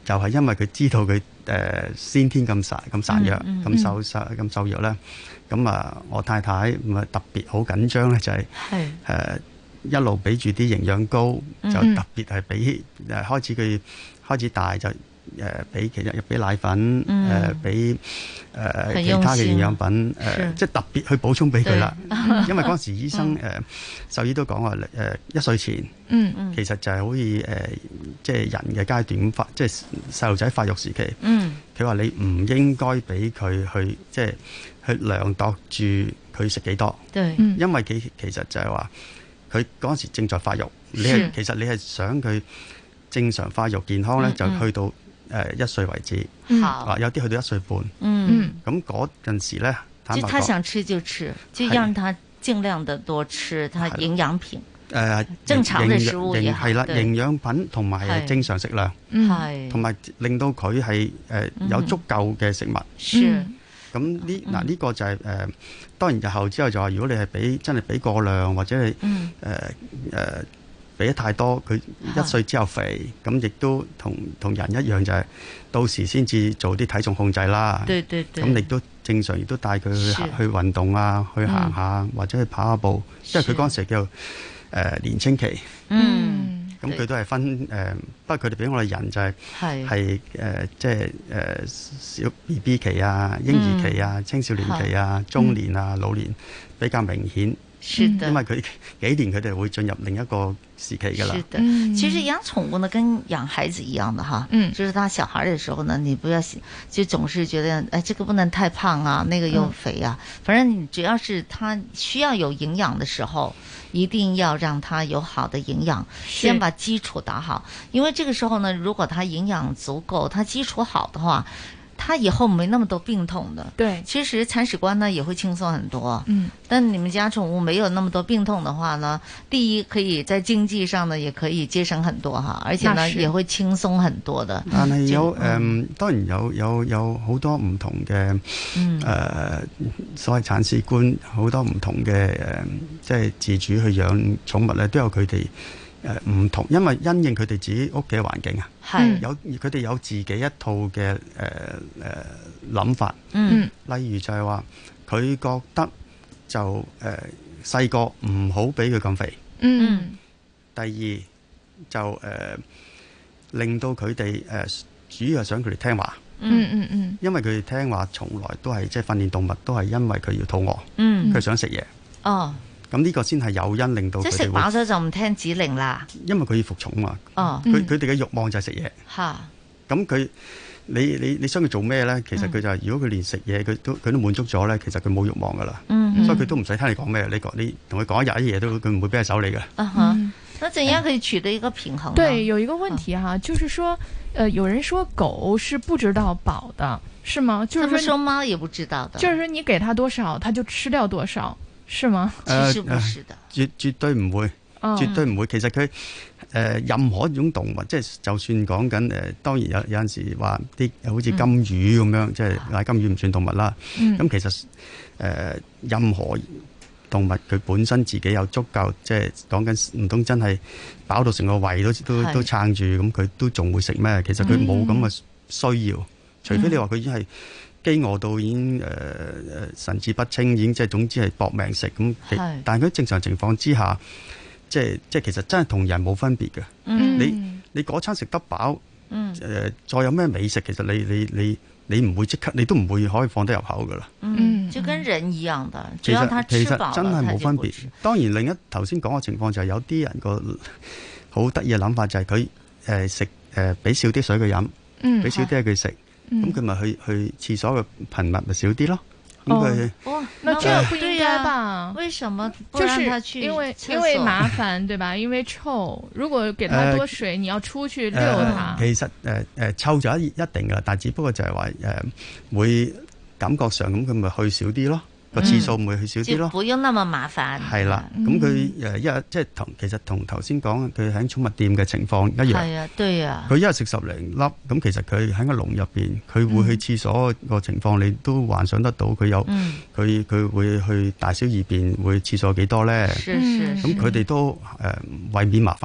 就係因為佢知道佢誒、呃、先天咁孱咁孱弱咁、嗯嗯、瘦瘦咁瘦弱咧，咁啊我太太咁啊特別好緊張咧，就係、是、誒、呃、一路俾住啲營養膏，就特別係俾誒開始佢開始大就。誒俾其實俾奶粉，誒俾誒其他嘅營養品，誒、呃、即係特別去補充俾佢啦。因為嗰陣時醫生誒、嗯呃、獸醫都講話誒一歲前，嗯嗯，其實就係好似誒即係人嘅階段發，即係細路仔發育時期。嗯，佢話你唔應該俾佢去即係去量度住佢食幾多。對，因為佢其實就係話佢嗰陣時正在發育，你係其實你係想佢正常發育健康咧，就去到。誒一歲為止，啊有啲去到一歲半，嗯，咁嗰陣時咧，
就他想吃就吃，就讓他盡量的多吃，他營養品，誒正常嘅食物也好，
係啦，營養品同埋正常食量，係，同埋令到佢係誒有足夠嘅食物，是，咁呢嗱呢個就係誒，當然日後之後就話，如果你係俾真係俾過量或者係誒誒。俾得太多，佢一歲之後肥，咁亦都同同人一樣，就係到時先至做啲體重控制啦。對對對，咁亦都正常，亦都帶佢去行去運動啊，去行下、嗯、或者去跑下步。因為佢嗰陣時叫誒、呃、年青期。嗯，咁佢都係分誒、呃，不過佢哋俾我哋人就係係誒即係誒小 B B 期啊、嬰兒期啊、青少年期啊、中年啊、老年比較明顯。是的，因為佢幾年佢哋會進入另一個時期噶啦。是的，
其實養寵物呢，跟養孩子一樣的哈。嗯，就是他小孩的時候呢，你不要就總是覺得，哎，這個不能太胖啊，那個又肥啊。嗯、反正你只要是他需要有營養的時候，一定要讓他有好的營養，先把基礎打好。因為這個時候呢，如果他營養足夠，他基礎好的話，他以後沒那麼多病痛的。對，其實鏟屎官呢也會輕鬆很多。嗯，但你們家寵物沒有那麼多病痛的話呢，第一可以在經濟上呢也可以節省很多哈，而且呢也會輕鬆很多的。
但係有誒、嗯，當然有有有好多唔同嘅誒、嗯呃，所謂鏟屎官好多唔同嘅誒，即係自主去養寵物咧，都有佢哋。誒唔同，因為因應佢哋自己屋企嘅環境啊，係有佢哋有自己一套嘅誒誒諗法。嗯，例如就係話佢覺得就誒細個唔好俾佢咁肥。嗯，第二就誒、呃、令到佢哋誒主要係想佢哋聽話。嗯嗯嗯，因為佢哋聽話從來都係即係訓練動物都係因為佢要肚餓。嗯，佢想食嘢。哦。咁呢個先係誘因令到佢哋
即係食飽咗就唔聽指令啦。因為佢要服從嘛。哦，佢佢哋嘅慾望就係食嘢。嚇、嗯！咁佢你你你想佢做咩咧？其實佢就係、是嗯、如果佢連食嘢佢都佢都滿足咗咧，其實佢冇慾望噶啦。嗯，所以佢都唔使聽你講咩。你講你同佢講一日一夜都佢唔會俾人手你嘅。啊哈！ 那怎樣可以取得一個平衡呢？
對，有一個問題哈、啊，就是說，呃，有人說狗是不知道飽的，是嗎？就是說，
說貓也不知道的。
就是說你給它多少，它就吃掉多少。是嗎？
其實不是的，
呃、絕絕對唔會，哦、絕對唔會。其實佢誒、呃、任何一種動物，即係就算講緊誒，當然有有陣時話啲好似金魚咁樣，嗯、即係嗌金魚唔算動物啦。咁、嗯、其實誒、呃、任何動物佢本身自己有足夠，即係講緊唔通真係飽到成個胃都都都撐住，咁佢都仲會食咩？其實佢冇咁嘅需要，嗯、除非你話佢已經係。飢餓到已經誒誒、呃、神志不清，已經即係總之係搏命食咁。但係佢正常情況之下，即係即係其實真係同人冇分別嘅、嗯。你你嗰餐食得飽，誒、嗯呃、再有咩美食，其實你你你你唔會即刻，你都唔會可以放得入口噶啦。
嗯，就跟人一樣的，只要他吃飽了，其實真係冇分別。
當然另一頭先講嘅情況就係有啲人個好得意嘅諗法就係佢誒食誒俾少啲水佢飲，俾少啲嘢佢食。咁佢咪去去廁所嘅頻密咪少啲咯？咁佢
哦，那這樣不應該吧？
為什麼不讓他去？
因為因為麻煩，對吧？因為臭。如果給他多水，你要出去遛他。
其實誒誒臭就一一定噶，但係只不過就係話誒會感覺上咁，佢咪去少啲咯。個次數唔會去少啲咯，
不用那麼麻煩。
係啦，咁佢誒一日即係同其實同頭先講佢喺寵物店嘅情況一樣。係啊，對啊。佢一日食十零粒，咁其實佢喺個籠入邊，佢會去廁所個情況，你都幻想得到佢有佢佢會去大小二便會廁所幾多咧？咁佢哋都誒為免麻煩，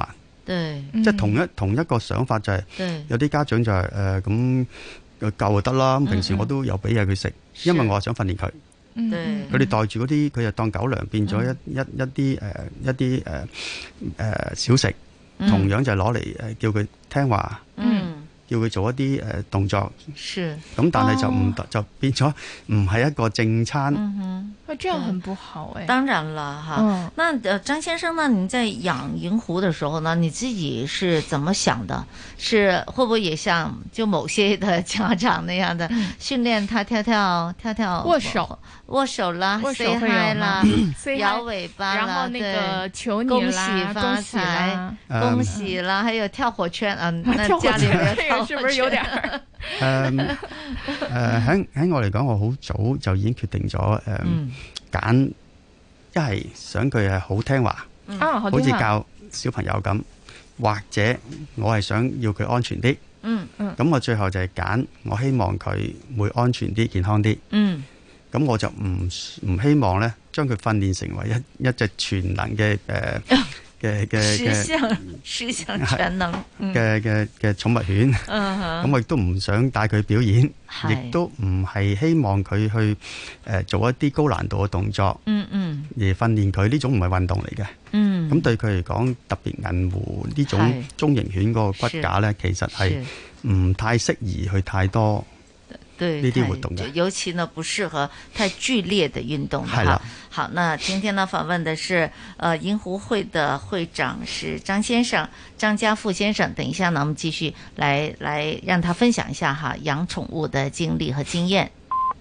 對，
即係同一同一個想法就係、是，有啲家長就係誒咁夠就得啦。平時我都有俾嘢佢食，因為我係想訓練佢。佢哋袋住嗰啲，佢就當狗糧，變咗一一一啲誒一啲誒誒小食，
嗯、
同樣就係攞嚟誒叫佢聽話。
嗯
叫佢做一啲誒動作，
是
咁，但係就唔、
哦、
就變咗唔係一個正餐。
嗯哼，
那這樣很不好誒。
當然了哈，嗯、那呃張先生呢？你在養銀狐的時候呢，你自己是怎麼想的？是會不會也像就某些的家長那樣的、嗯、訓練他跳跳跳跳
握手
握手啦，
握手
say hi 啦，搖尾巴啦，
然後那個求你
啦，恭喜發財，恭喜啦，還有跳火圈啊，那家裏面跳火圈
是不是有點？
誒誒，喺喺我嚟講，我好早就已經決定咗誒，揀一係想佢係好聽話，好似教小朋友咁，或者我係想要佢安全啲。
嗯嗯。
咁我最後就係揀，我希望佢會安全啲、健康啲。
嗯。
咁我就唔唔希望咧，將佢訓練成為一一隻全能嘅誒嘅嘅嘅，
十項十項全能
嘅嘅嘅寵物犬。咁我亦都唔想帶佢表演，亦都唔係希望佢去誒做一啲高難度嘅動作。
嗯嗯。
而訓練佢呢種唔係運動嚟嘅。
嗯。
咁對佢嚟講，特別銀狐呢種中型犬嗰個骨架咧，其實係唔太適宜去太多。
對，
呢啲活動嘅，
尤其呢不適合太劇烈的運動的哈。好，那今天呢訪問的是，呃，銀狐會的會長是張先生，張家富先生。等一下呢，我們繼續來來讓他分享一下哈養寵物的經歷和經驗。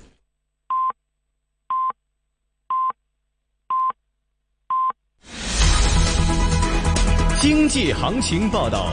經濟行情報道。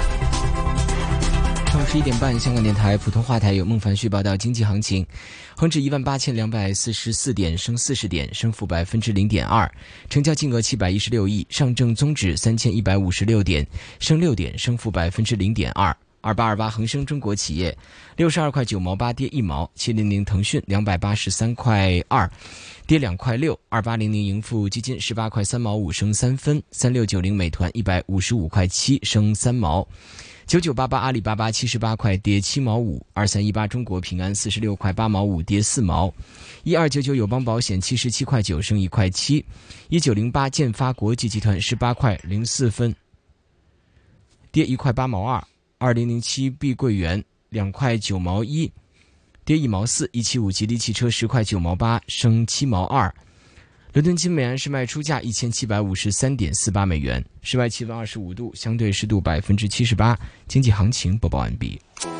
上午十一點半，香港電台普通話台有孟凡旭報道經濟行情，恒指一萬八千兩百四十四點，升四十點，升幅百分之零點二，成交金額七百一十六億。上證綜指三千一百五十六點，升六點，升幅百分之零點二。二八二八恒生中國企業六十二塊九毛八，跌一毛。七零零騰訊兩百八十三塊二，跌兩塊六。二八零零盈富基金十八塊三毛五，升三分。三六九零美團一百五十五塊七，升三毛。九九八八阿里巴巴七十八塊跌七毛五，二三一八中國平安四十六塊八毛五跌四毛，一二九九友邦保險七十七塊九升一塊七，一九零八建發國際集團十八塊零四分跌一塊八毛二，二零零七碧桂園兩塊九毛一跌一毛四，一七五吉利汽車十塊九毛八升七毛二。倫敦金每安士賣出價一千七百五十三點四八美元，室外氣溫二十五度，相對濕度百分之七十八。經濟行情播報完畢。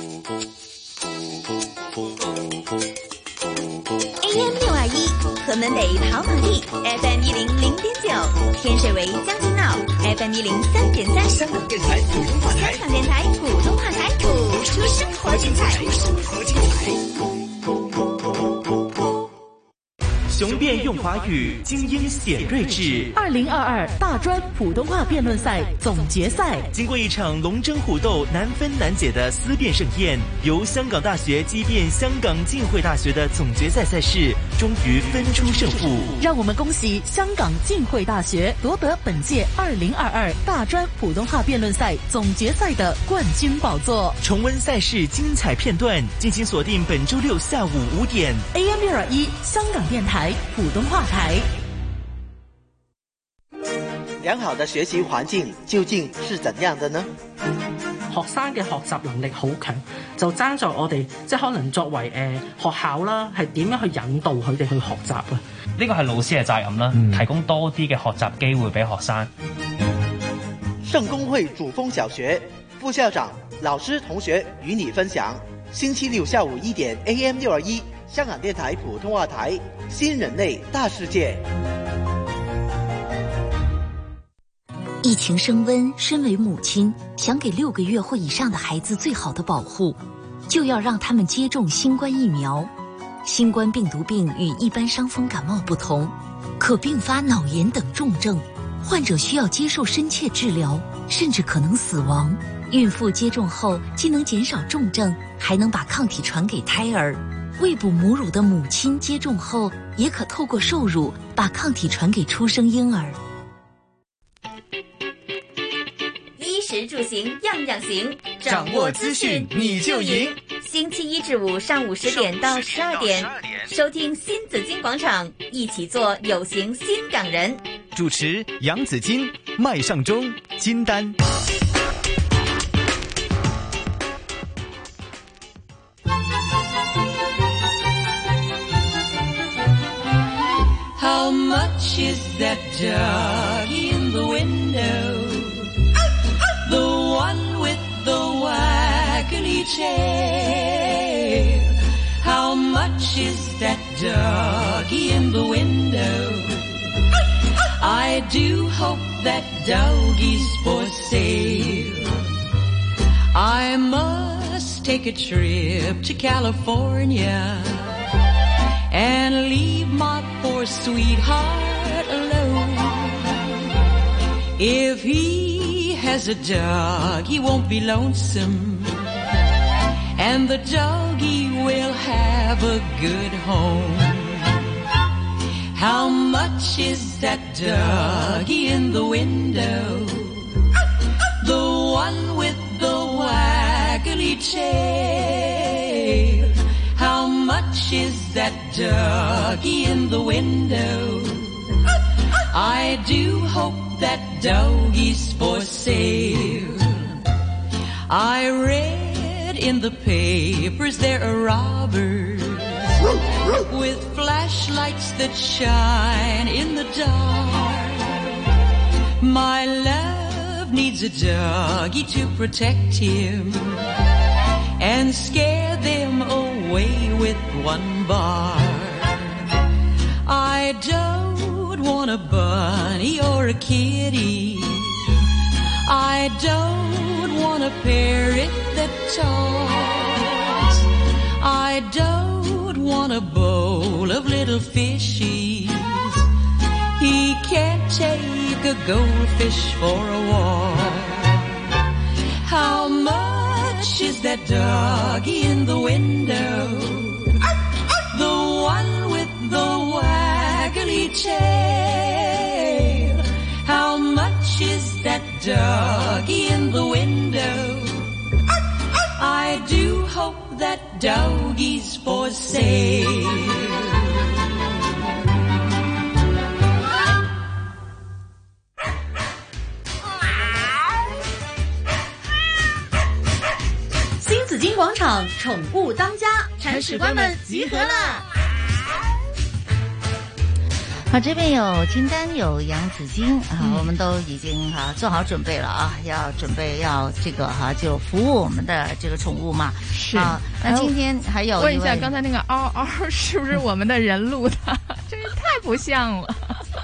A M 六二一，河門北跑馬地 ，F M 一零零點九，天水圍將軍澳 ，F M 一零三點三。香港電台普通話台，香港電台普通話台，播出生活精彩，生活精彩。
雄辯用華語，精英顯睿智。
二零二二大專普通話辯論賽總決賽，
經過一場龍爭虎鬥、難分難解的思辨盛宴，由香港大學擊敗香港浸會大學的總決賽賽事，終於分出勝負。
讓我們恭喜香港浸會大學奪得本屆二零二二大專普通話辯論賽總決賽的冠軍寶座。
重溫賽事精彩片段，敬請鎖定本周六下午五點
A M 六二一香港電台普通話台。
良好的學習環境究竟是怎樣的呢？
學生嘅學習能力好強，就爭在我哋即係可能作為誒、呃、學校啦，係點樣去引導佢哋去學習啊？
呢個係老師嘅責任啦，嗯、提供多啲嘅學習機會俾學生。
聖公會主峰小學副校長、老師、同學與你分享。星期六下午一點 A M 六二一香港電台普通話台，新人類大世界。
疫情升溫，身為母親，想給六個月或以上的孩子最好的保護，就要讓他們接種新冠疫苗。新冠病毒病與一般傷風感冒不同，可併發腦炎等重症，患者需要接受深切治療，甚至可能死亡。孕婦接種後既能減少重症，還能把抗體傳給胎兒。餵哺母乳的母親接種後，也可透過受乳把抗體傳給出生嬰兒。
食住行样样行，
掌握资讯你就赢。
星期一至五上午十点到十二点，收听新紫金广场，一起做有型新港人。
主持杨紫金、麦尚中、金丹。
How much is that doggy in the window? The one with the waggly tail. How much is that doggy in the window? I do hope that doggy's for sale. I must take a trip to California and leave my poor sweetheart alone. If he has a dog, he won't be lonesome, and the doggy will have a good home. How much is that doggy in the window? The one with the waggly tail. How much is that doggy in the window? I do hope that doggy's for sale. I read in the papers there are robbers with flashlights that shine in the dark. My love needs a doggy to protect him and scare them away with one bar. I don't want a bunny or a kitty. I don't want a parrot that talks. I don't want a bowl of little fishies. He can't take a goldfish for a walk. How much is that doggy in the window? The one with the waggly tail. How much is that doggy in the window? I do hope that doggy's for sale.
紫金广场宠物当家，铲屎官们集合啦！
好，这边有金丹，有杨紫金啊、嗯，我们都已经哈、啊、做好准备了啊，要准备要这个哈、啊、就服务我们的这个宠物嘛。
是
啊，那今天还有
问一下，刚才那个嗷嗷是不是我们的人录的？真是太不像了。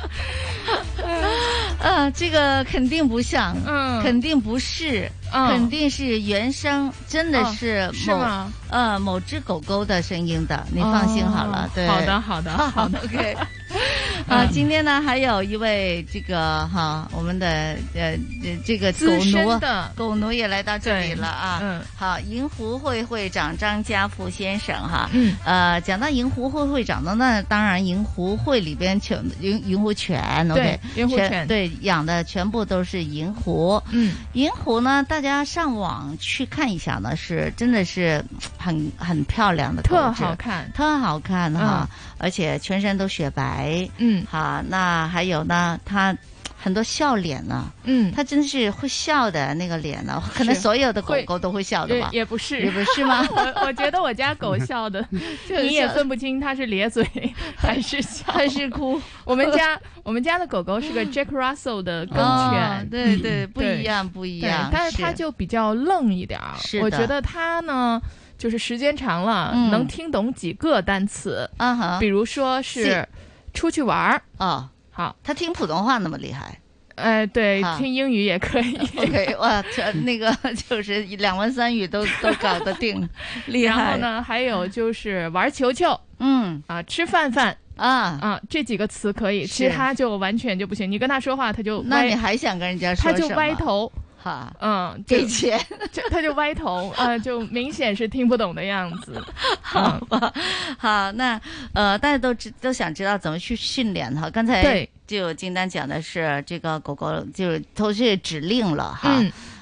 呃，这个肯定不像，
嗯，
肯定不是，嗯，肯定是原声，真的是某、哦、
是吗？
呃某只狗狗的声音的，你放心好了。哦、对，
好的，好的，好的
，OK。啊，今天呢还有一位这个哈，我们的呃这个狗奴
的
狗奴也来到这里了啊。
嗯，
好，银湖会会长张家富先生哈。
嗯，
呃，讲到银湖会会长的，那当然银湖会里边全银银湖犬 ，OK，
银湖犬
对养的全部都是银湖。
嗯，
银湖呢，大家上网去看一下呢，是真的是很很漂亮的，
特好看，
特好看哈、嗯，而且全身都雪白。
嗯，
好，那还有呢，它很多笑脸呢，
嗯，
它真是会笑的那个脸呢，可能所有的狗狗都会笑的吧？
也, 也不是，
也不是吗？
我我觉得我家狗笑的，你也分不清它是咧嘴还是笑
还是哭。
我们家我们家的狗狗是个 Jack Russell 的梗犬、
哦，对对，不一样不一样，
但是它就比较愣一点儿。我觉得它呢。就是时间长了、嗯，能听懂几个单词
啊哈，
比如说是出去玩儿
啊、哦，
好，
他听普通话那么厉害，
呃，对，听英语也可以。
OK， 哇，这那个就是两文三语都都搞得定，厉害。
然后呢，还有就是玩球球，
嗯
啊，吃饭饭。
啊
啊，这几个词可以，其他就完全就不行。你跟他说话，他就
那你还想跟人家说
什么？他就歪头。
哈，
嗯，
给钱，
就他就歪头，呃，就明显是听不懂的样子。
好吧，嗯、好，那呃，大家都知都想知道怎么去训练哈。刚才
对，
就金丹讲的是这个狗狗就都是指令了哈。
嗯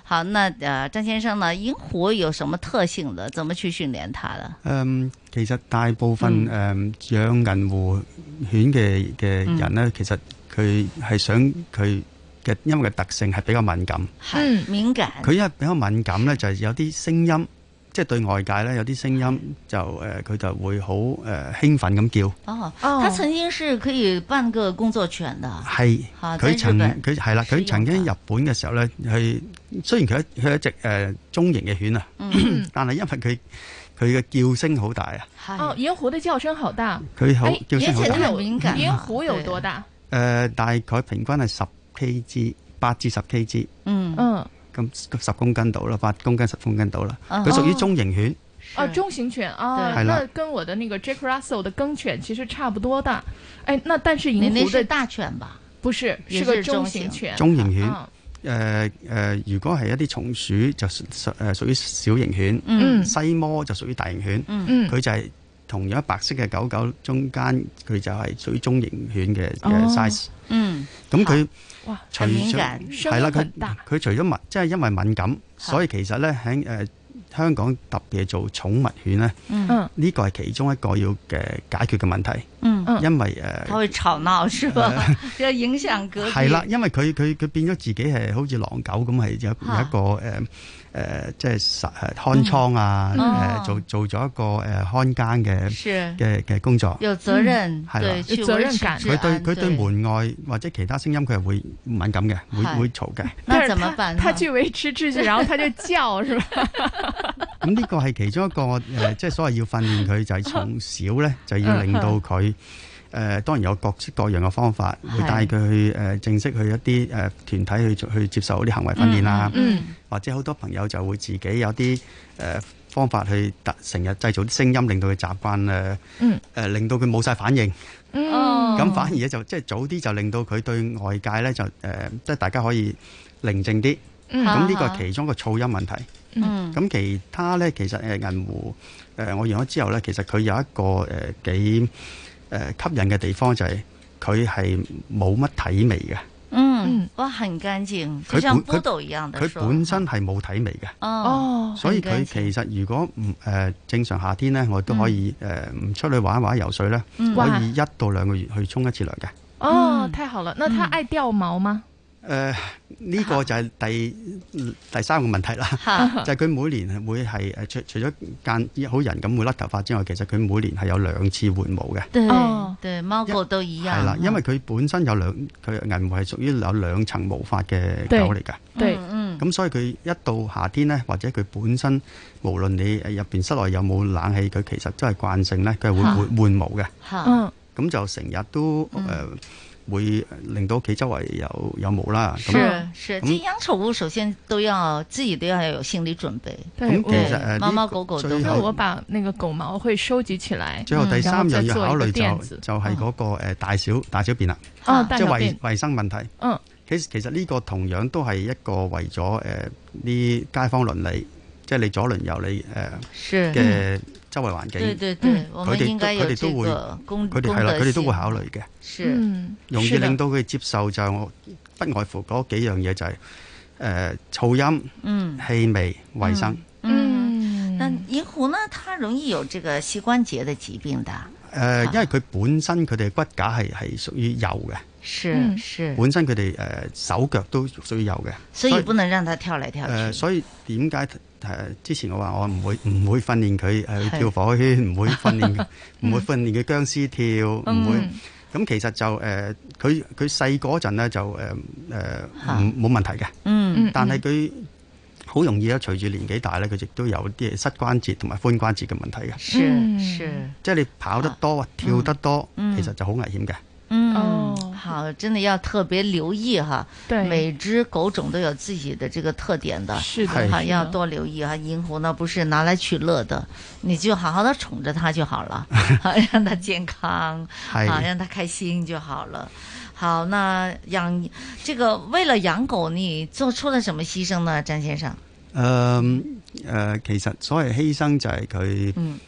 好，那呃張先生呢？銀狐有什麼特性的？怎麼去訓練它的？
嗯，其實大部分誒、嗯、養銀狐犬嘅嘅人咧、嗯，其實佢係想佢嘅，因為嘅特性係比較敏感，
係敏感。
佢因為比較敏感咧，就係、是、有啲聲音。即係對外界咧有啲聲音就誒佢、呃、就會好誒、呃、興奮咁叫。
哦，他曾經是可以扮個工作犬的。係，
佢曾佢係啦，佢曾經喺日本嘅時候咧，係雖然佢一佢一隻誒、呃、中型嘅犬啊，嗯、但係因為佢佢嘅叫聲好大啊。
哦，銀狐的叫聲好大。
佢好叫聲好大。
而且敏感。銀狐有多大？誒、
呃，大概平均係十 kg， 八至十 kg。嗯嗯。咁十公斤到啦，八公斤十公斤到啦。佢屬於中型犬。
哦，中型犬啊，那跟我的那個 Jack Russell 的梗犬其實差不多大。哎，那但是銀狐的
大犬吧？
不是，是個中型犬。
中型犬。誒、呃、誒、呃，如果係一啲松鼠就誒屬於小型犬。嗯。西摩就屬於大型犬。嗯。佢就係同樣白色嘅狗狗中間，佢就係屬於中型犬嘅嘅 size。嗯。咁佢。
哇，除咗
係啦，佢佢除咗敏，即係因為敏感，所以其實咧喺誒香港特別做寵物犬咧，嗯，呢個係其中一個要嘅解決嘅問題。嗯，因為誒，
佢會吵鬧是吧？要、呃、影響隔離。
係啦，因為佢佢佢變咗自己係好似狼狗咁，係有有一個誒。呃誒、呃，即係實誒看倉啊！誒、嗯呃，做做咗一個誒、呃、看更嘅嘅嘅工作，
有責任，係、嗯、啦，有責任感。
佢對佢對門外或者其他聲音，佢係會敏感嘅，會會嘈嘅。
那怎麼辦？
他去維持秩序，然後他就叫，是吧？
咁呢個係其中一個誒、呃，即係所謂要訓練佢，就係從小咧就要令到佢。誒、呃、當然有各式各樣嘅方法，會帶佢去誒、呃、正式去一啲誒、呃、團體去去接受啲行為訓練啊、嗯嗯，或者好多朋友就會自己有啲誒、呃、方法去特成日製造啲聲音，令到佢習慣誒誒、嗯呃，令到佢冇晒反應。咁、嗯、反而咧就即係早啲就令到佢對外界咧就誒，即、呃、係大家可以寧靜啲。咁、嗯、呢個係其中一個噪音問題。咁、嗯、其他咧其實誒銀狐誒我養咗之後咧，其實佢有一個誒、呃、幾。誒、呃、吸引嘅地方就係佢係冇乜體味嘅。
嗯，哇，很乾淨，就像布豆一樣的。
佢本身係冇體味嘅。
哦，
所以佢其實如果唔誒、呃、正常夏天咧，我都可以誒唔、嗯呃、出去玩或者游水咧、嗯，可以一到兩個月去沖一次涼嘅。
哦、嗯，太好了！那他愛掉毛嗎？
誒、呃，呢、這個就係第第三個問題啦，就係佢每年會係誒除除咗間好人咁會甩頭髮之外，其實佢每年係有兩次換毛嘅。
對、哦，對，貓狗都一樣。係啦，
因為佢本身有兩，佢銀狐係屬於有兩層毛髮嘅狗嚟㗎。
對，嗯，
咁所以佢一到夏天咧，或者佢本身無論你入邊室內有冇冷氣，佢其實都係慣性咧，佢係會換換毛嘅。嗯，咁就成日都誒。呃會令到屋企周圍有有毛啦。
是是，其實養寵物首先都要自己都要有心理準備。
咁其實誒，
貓貓狗狗都。
那我把那個狗毛會收集起來。
最後第三樣要考慮就就係嗰個誒大小大小便啦。
哦，
即係衛衛生問題。
嗯。
其實其實呢個同樣都係一個為咗誒啲街坊鄰里，即係你左鄰右里誒嘅。周圍環境，
對對對，佢哋佢哋都會，
佢哋係啦，佢哋都會考慮嘅，
是
容易令到佢接受就不外乎嗰幾樣嘢就係誒噪音、嗯氣味、衛生。
嗯，那銀狐呢？它容易有這個膝關節的疾病的。
誒，因為佢本身佢哋骨架係係屬於幼嘅。
是是，
本身佢哋誒手腳都屬於幼嘅，
所以不能讓它跳嚟跳去。
誒，所以點解誒之前我話我唔會唔會訓練佢誒跳火圈，唔會訓練佢，唔會訓練佢僵屍跳，唔會。咁其實就誒，佢佢細個嗰陣咧就誒誒唔冇問題嘅。嗯，但係佢好容易咧，隨住年紀大咧，佢亦都有啲膝關節同埋髖關節嘅問題嘅。
是是，
即係你跑得多、跳得多，其實就好危險嘅。
嗯，哦，好，真的要特別留意哈。對，每隻狗種都有自己的這個特點的，
是的，
哈，要多留意哈。銀狐呢，不是拿來取樂的，你就好好的寵着它就好了，好讓它健康，好讓它開心就好了。好，那養這個為了養狗，你做出了什麼犧牲呢，張先生？
嗯，誒、呃，其實所謂犧牲就係佢。嗯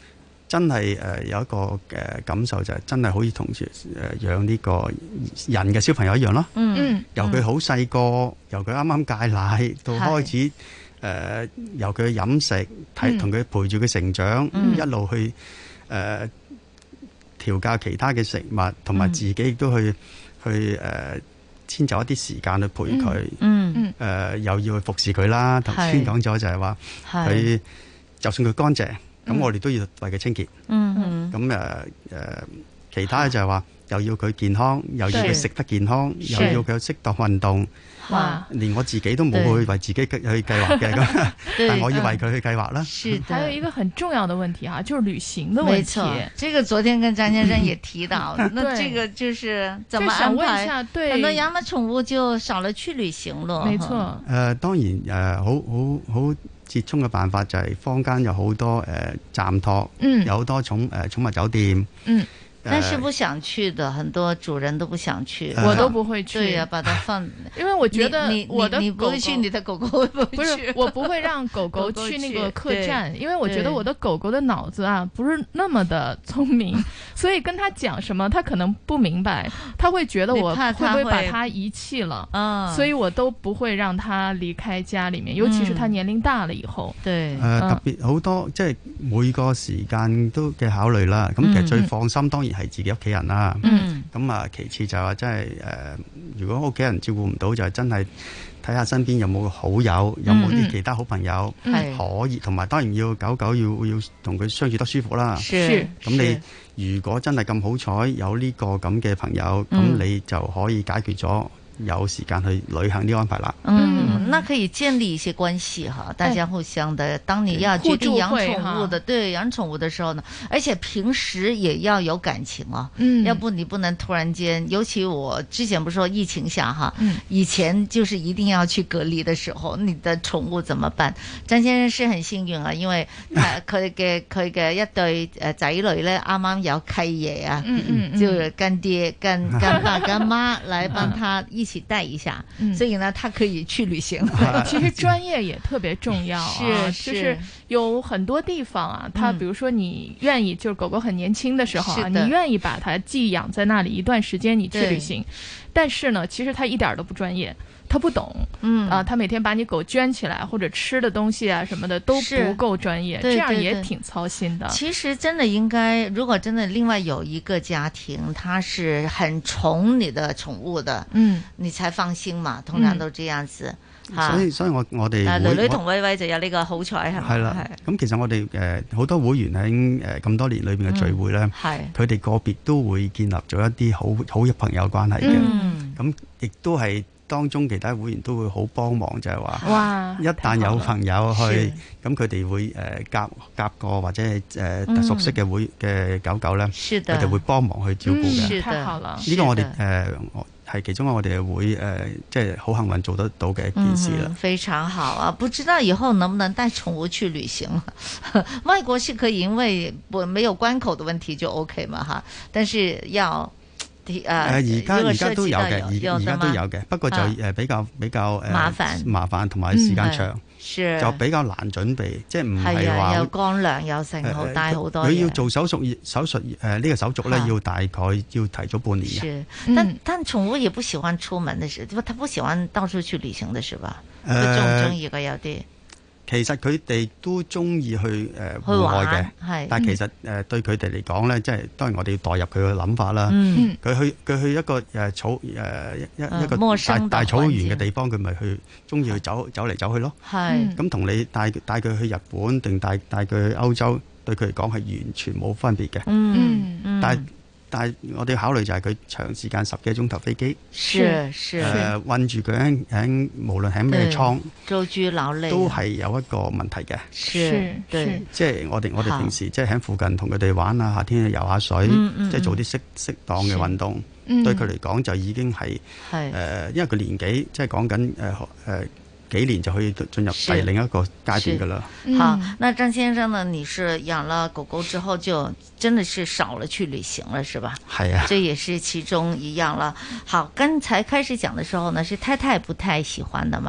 真係誒、呃、有一個誒、呃、感受就係真係好似同住誒養呢個人嘅小朋友一樣咯。
嗯，
由佢好細個，由佢啱啱戒奶到開始誒、呃，由佢飲食睇同佢陪住佢成長，嗯、一路去誒、呃、調教其他嘅食物，同埋自己亦都去、嗯、去誒。呃遷就一啲時間去陪佢，
嗯嗯，誒、
呃、又要去服侍佢啦。頭先講咗就係話，佢就算佢乾淨，咁、嗯、我哋都要為佢清潔。
嗯，
咁誒誒，其他就係話，又要佢健康，又要佢食得健康，又要佢有適當運動。哇！連我自己都冇去為自己去計劃嘅，咁但我要為佢去計劃啦。
是的，還有一個很重要的問題哈，就是旅行的問題。
沒錯，這個昨天跟張先生也提到，那這個就是怎麼安排？對，很多養了寵物就少了去旅行咯。
沒錯。誒、呃，當然誒、呃，好好好折衷嘅辦法就係坊間有好多誒暫託，嗯，有好多寵誒寵物酒店，
嗯。但是不想去的，很多主人都不想去，
我都不會去。
對呀、啊，把它放，
因為我覺得我的狗狗
你你你不會去，你的狗狗會不會去？
不是，我不會讓狗狗去那個客棧，因為我覺得我的狗狗的腦子啊不是那麼的聰明，所以跟他講什麼，他可能不明白，他會覺得我會不會把他遺棄了，嗯，所以我都不會讓他離開家裏面，尤其是他年齡大了以後。
對，
誒特別好多即係每個時間都嘅考慮啦。咁其實最放心當然係自己屋企人啦，咁、嗯、啊其次就係話真係誒，如果屋企人照顧唔到，就係真係睇下身邊有冇好友，有冇啲其他好朋友、嗯、可以，同埋當然要狗狗要要同佢相處得舒服啦。咁你如果真係咁好彩有呢個咁嘅朋友，咁、嗯、你就可以解決咗。有時間去旅行呢個安排啦。
嗯，那可以建立一些關係哈，大家互相的。當你要決定養寵物的，對養寵物的時候呢，而且平時也要有感情哦。嗯，要不你不能突然間，尤其我之前不是說疫情下哈，嗯，以前就是一定要去隔離的時候，你的寵物怎麼辦？張先生是很幸運啊，因為佢嘅佢嘅一對誒仔女咧，啱啱有契爺啊，嗯嗯，就乾爹、乾乾爸、乾媽來幫他一起帶一下，嗯、所以呢，他可以去旅行。
其實專業也特別重要啊，是就是有很多地方啊，他比如說你願意，就是狗狗很年輕的時候啊，你願意把它寄養在那裡一段時間，你去旅行，但是呢，其實他一點都不專業。他不懂，嗯啊，他每天把你狗圈起來或者吃的東西啊什麼的都不夠專業，這樣也挺操心的。
其實真的應該，如果真的另外有一個家庭，他是很寵你的寵物的，嗯，你才放心嘛。通常都這樣子，
嗯啊、所以所以我我哋
女女同威威就有呢個好彩係咪？
係啦，咁其實我哋誒好多會員喺誒咁多年裏邊嘅聚會咧，係佢哋個別都會建立咗一啲好好嘅朋友關係嘅，咁亦、嗯、都係。當中其他會員都會好幫忙，就係話，一旦有朋友去，咁佢哋會誒夾夾過或者係誒熟悉嘅會嘅狗狗咧，佢哋會幫忙去照顧嘅。
太好了，
呢個我哋誒係其中我哋會誒即係好幸運做得到嘅一件事啦。
非常好啊！不知道以後能不能帶寵物去旅行？外國是可以，因為不沒有關口的問題就 OK 嘛哈，但是要。誒
而家而家都有嘅，而而家都有嘅，不過就誒比較比較誒麻煩麻煩同埋時間長，就比較難準備，即係唔係話
又乾糧又成好帶好多嘢。
佢要做手術手術誒呢個手續咧，要大概要提早半年嘅。
但但寵物也不喜歡出門的時候，佢不喜歡到處去旅行的是吧？佢中唔中意嘅有啲？
其實佢哋都中意去誒戶外嘅，但係其實誒對佢哋嚟講咧，即係當然我哋要代入佢嘅諗法啦。佢去佢去一個誒草誒一一個大大草原嘅地方，佢咪去中意去走走嚟走去咯。係咁同你帶帶佢去日本定帶帶佢去歐洲，對佢嚟講係完全冇分別嘅。嗯嗯，但係。但係我哋考慮就係佢長時間十幾個鐘頭飛機，
是是
誒韞住佢喺喺無論喺咩艙，
舟車勞累，
都係有一個問題嘅。
是，對，
即係我哋我哋平時即係喺附近同佢哋玩啊，夏天去游下水，即係做啲適適當嘅運動，對佢嚟講就已經係誒，因為佢年紀即係講緊誒誒。幾年就可以進入第另一個階段噶啦。
好，那張先生呢？你是養了狗狗之後，就真的是少了去旅行了，是吧？
係啊，
這也是其中一樣了。好，剛才開始講的時候呢，是太太不太喜歡的嘛？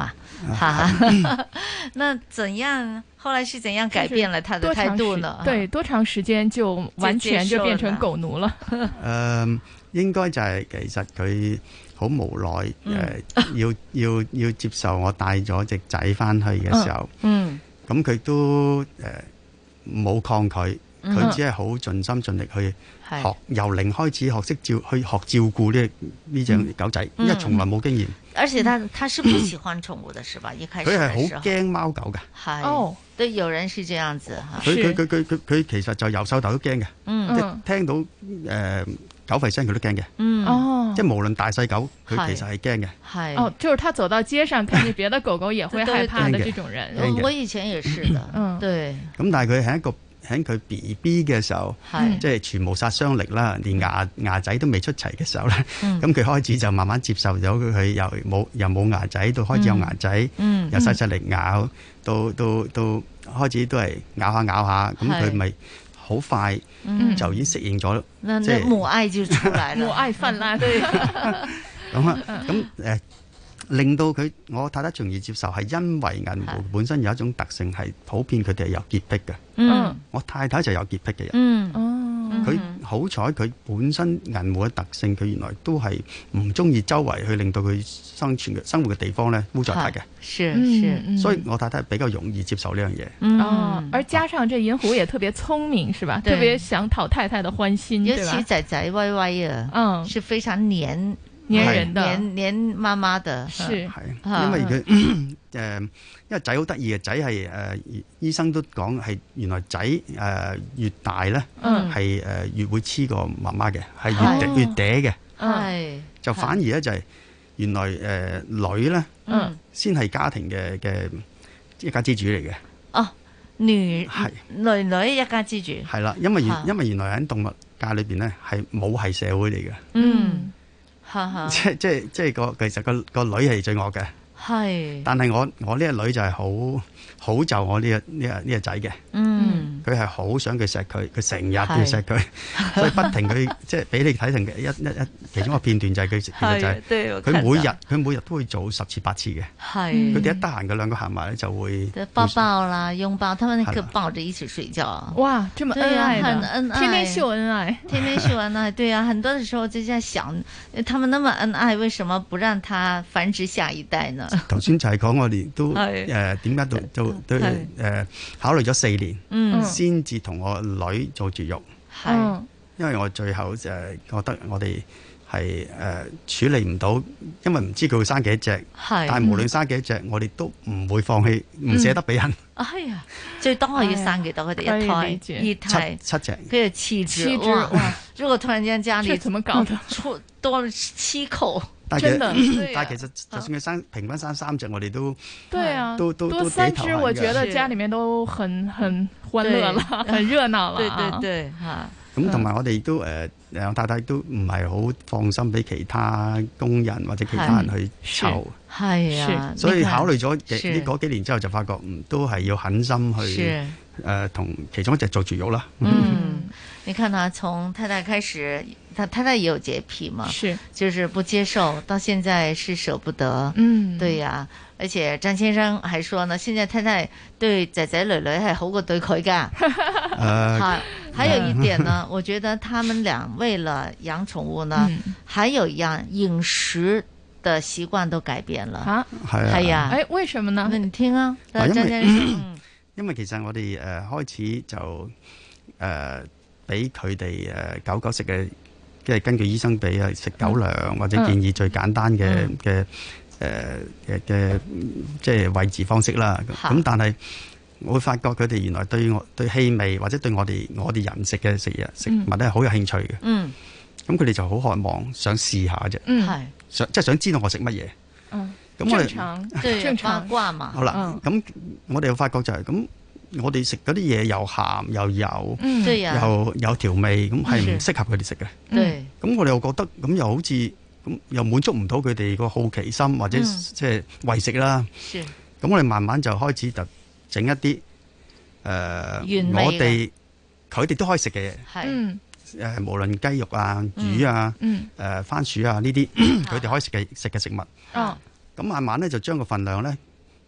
哈，那怎樣？後來是怎樣改變了他的態度呢？
對，多長時間就完全就變成狗奴了？
誒、呃，應該就係其實佢好無奈，誒、嗯呃，要要要接受我帶咗隻仔翻去嘅時候，嗯，咁佢都誒冇、呃、抗拒，佢、嗯、只係好盡心盡力去學，由零開始學識照去學照顧呢呢隻狗仔，嗯、因為從來冇經驗。
而且他他是不喜歡寵物的，是吧？一開始
佢係好驚貓狗嘅。
係哦，對，有人是這樣子哈。
佢佢佢佢佢佢其實就由細到大都驚嘅。嗯，即係聽到誒、呃、狗吠聲佢都驚嘅。嗯哦，即係無論大細狗，佢其實係驚嘅。係
哦，就是他走到街上看見別的狗狗也會害怕的這種人。
我我以前也是的。嗯，對。
咁但係佢係一個。喺佢 B B 嘅時候，即係全無殺傷力啦，連牙牙仔都未出齊嘅時候咧，咁佢、嗯、開始就慢慢接受咗佢，佢由冇由冇牙仔到開始有牙仔，嗯、由細細力咬到到到開始都係咬下咬下，咁佢咪好快就已經適應咗，即係
母愛就出來了，母
愛泛濫。
咁啊，咁誒。令到佢我太太容易接受，係因為銀狐本身有一種特性，係普遍佢哋係有潔癖嘅。嗯，我太太就有潔癖嘅人。嗯，哦，佢好彩佢本身銀狐嘅特性，佢原來都係唔中意周圍去令到佢生存嘅生活嘅地方咧污糟嘅。
是是，
所以我太太比較容易接受呢樣嘢。
嗯，哦，而加上這銀狐也特別聰明，是吧？特別想討太太的歡心，
尤其仔仔威威啊，嗯，是非常黏。
黏人的，
黏黏媽媽的，
是係，因為佢誒、呃，因為仔好得意嘅仔係誒，醫生都講係原來仔誒、呃、越大咧，係誒、呃、越會黐過媽媽嘅，係越越嗲嘅，係就反而咧就係原來誒、呃、女咧，嗯，先係家庭嘅嘅一家之主嚟嘅。
哦，女係女女一家之主，
係啦，因為原因為原來喺動物界裏邊咧係母系社會嚟嘅，嗯。即即即個其實個個女係最惡嘅，係。但係我我呢個女就係好好就我呢個呢個呢個仔嘅，嗯。佢係好想佢錫佢，佢成日都要錫佢，所以不停佢即係俾你睇成一一一其中一個片段就係佢其實就係佢每日佢每日都會做十次八次嘅，係。佢哋一得閒佢兩個行埋咧就會
抱抱啦、擁抱，他們那個抱着一起睡覺，
哇，這麼恩愛的，
很恩愛，
天天秀恩愛，
天天秀恩愛，對啊，很多的時候就在想，他們那麼恩愛，為什麼不讓他繁殖下一代呢？
頭先就係講我哋都誒點解都都都誒考慮咗四年，嗯。先至同我女做絕育，係，因為我最後就係覺得我哋係誒處理唔到，因為唔知佢會生幾多隻，係，但係無論生幾多隻，我哋都唔會放棄，唔捨得俾人。
哎呀，最多可以生幾多？佢哋一胎二胎
七隻，
佢哋七隻，七隻哇！如果突然間家裡怎麼搞的，出多了七口。
真的，但係其實就算佢生平均生三隻，我哋都
對啊，
都都
多三隻，我覺得家裡面都很很歡樂啦，很熱鬧啦。
對對對，嚇。
咁同埋我哋都誒誒，我太太都唔係好放心俾其他工人或者其他人去湊，
係啊。
所以考慮咗呢嗰幾年之後，就發覺唔都係要狠心去誒同其中一隻做絕育啦。
嗯，你看他從太太開始。他太太也有潔癖嘛，是，就是不接受，到現在是捨不得，嗯，對呀、啊，而且張先生還說呢，現在太太對仔仔女女係好過對佢噶，呃、好，還有一點呢，我覺得他們倆為了養寵物呢，嗯、還有一樣飲食的習慣都改變了啊，係呀，
誒，為什麼呢？
那你聽啊，
張先生，因為其實我哋誒、呃、開始就誒俾佢哋誒狗狗食嘅。即係根據醫生俾啊食狗糧、嗯、或者建議最簡單嘅嘅誒嘅嘅即係餵飼方式啦。咁、嗯、但係我會發覺佢哋原來對我對氣味或者對我哋我哋人食嘅食嘢食物咧好有興趣嘅。嗯，咁佢哋就好渴望想試下啫。嗯，係想即係想知道我食乜嘢。嗯，咁我哋
正常八卦嘛。
好啦，咁、嗯、我哋又發覺就係、是、咁。我哋食嗰啲嘢又鹹又油，嗯、又有調味，咁係唔適合佢哋食嘅。咁我哋又覺得咁又好似咁又滿足唔到佢哋個好奇心或者即係為食啦。咁我哋慢慢就開始就整一啲誒、呃，我哋佢哋都可以食嘅嘢。誒、呃，無論雞肉啊、魚啊、誒、嗯呃、番薯啊呢啲，佢哋可以食嘅食嘅食物。咁、哦、慢慢咧就將個份量咧。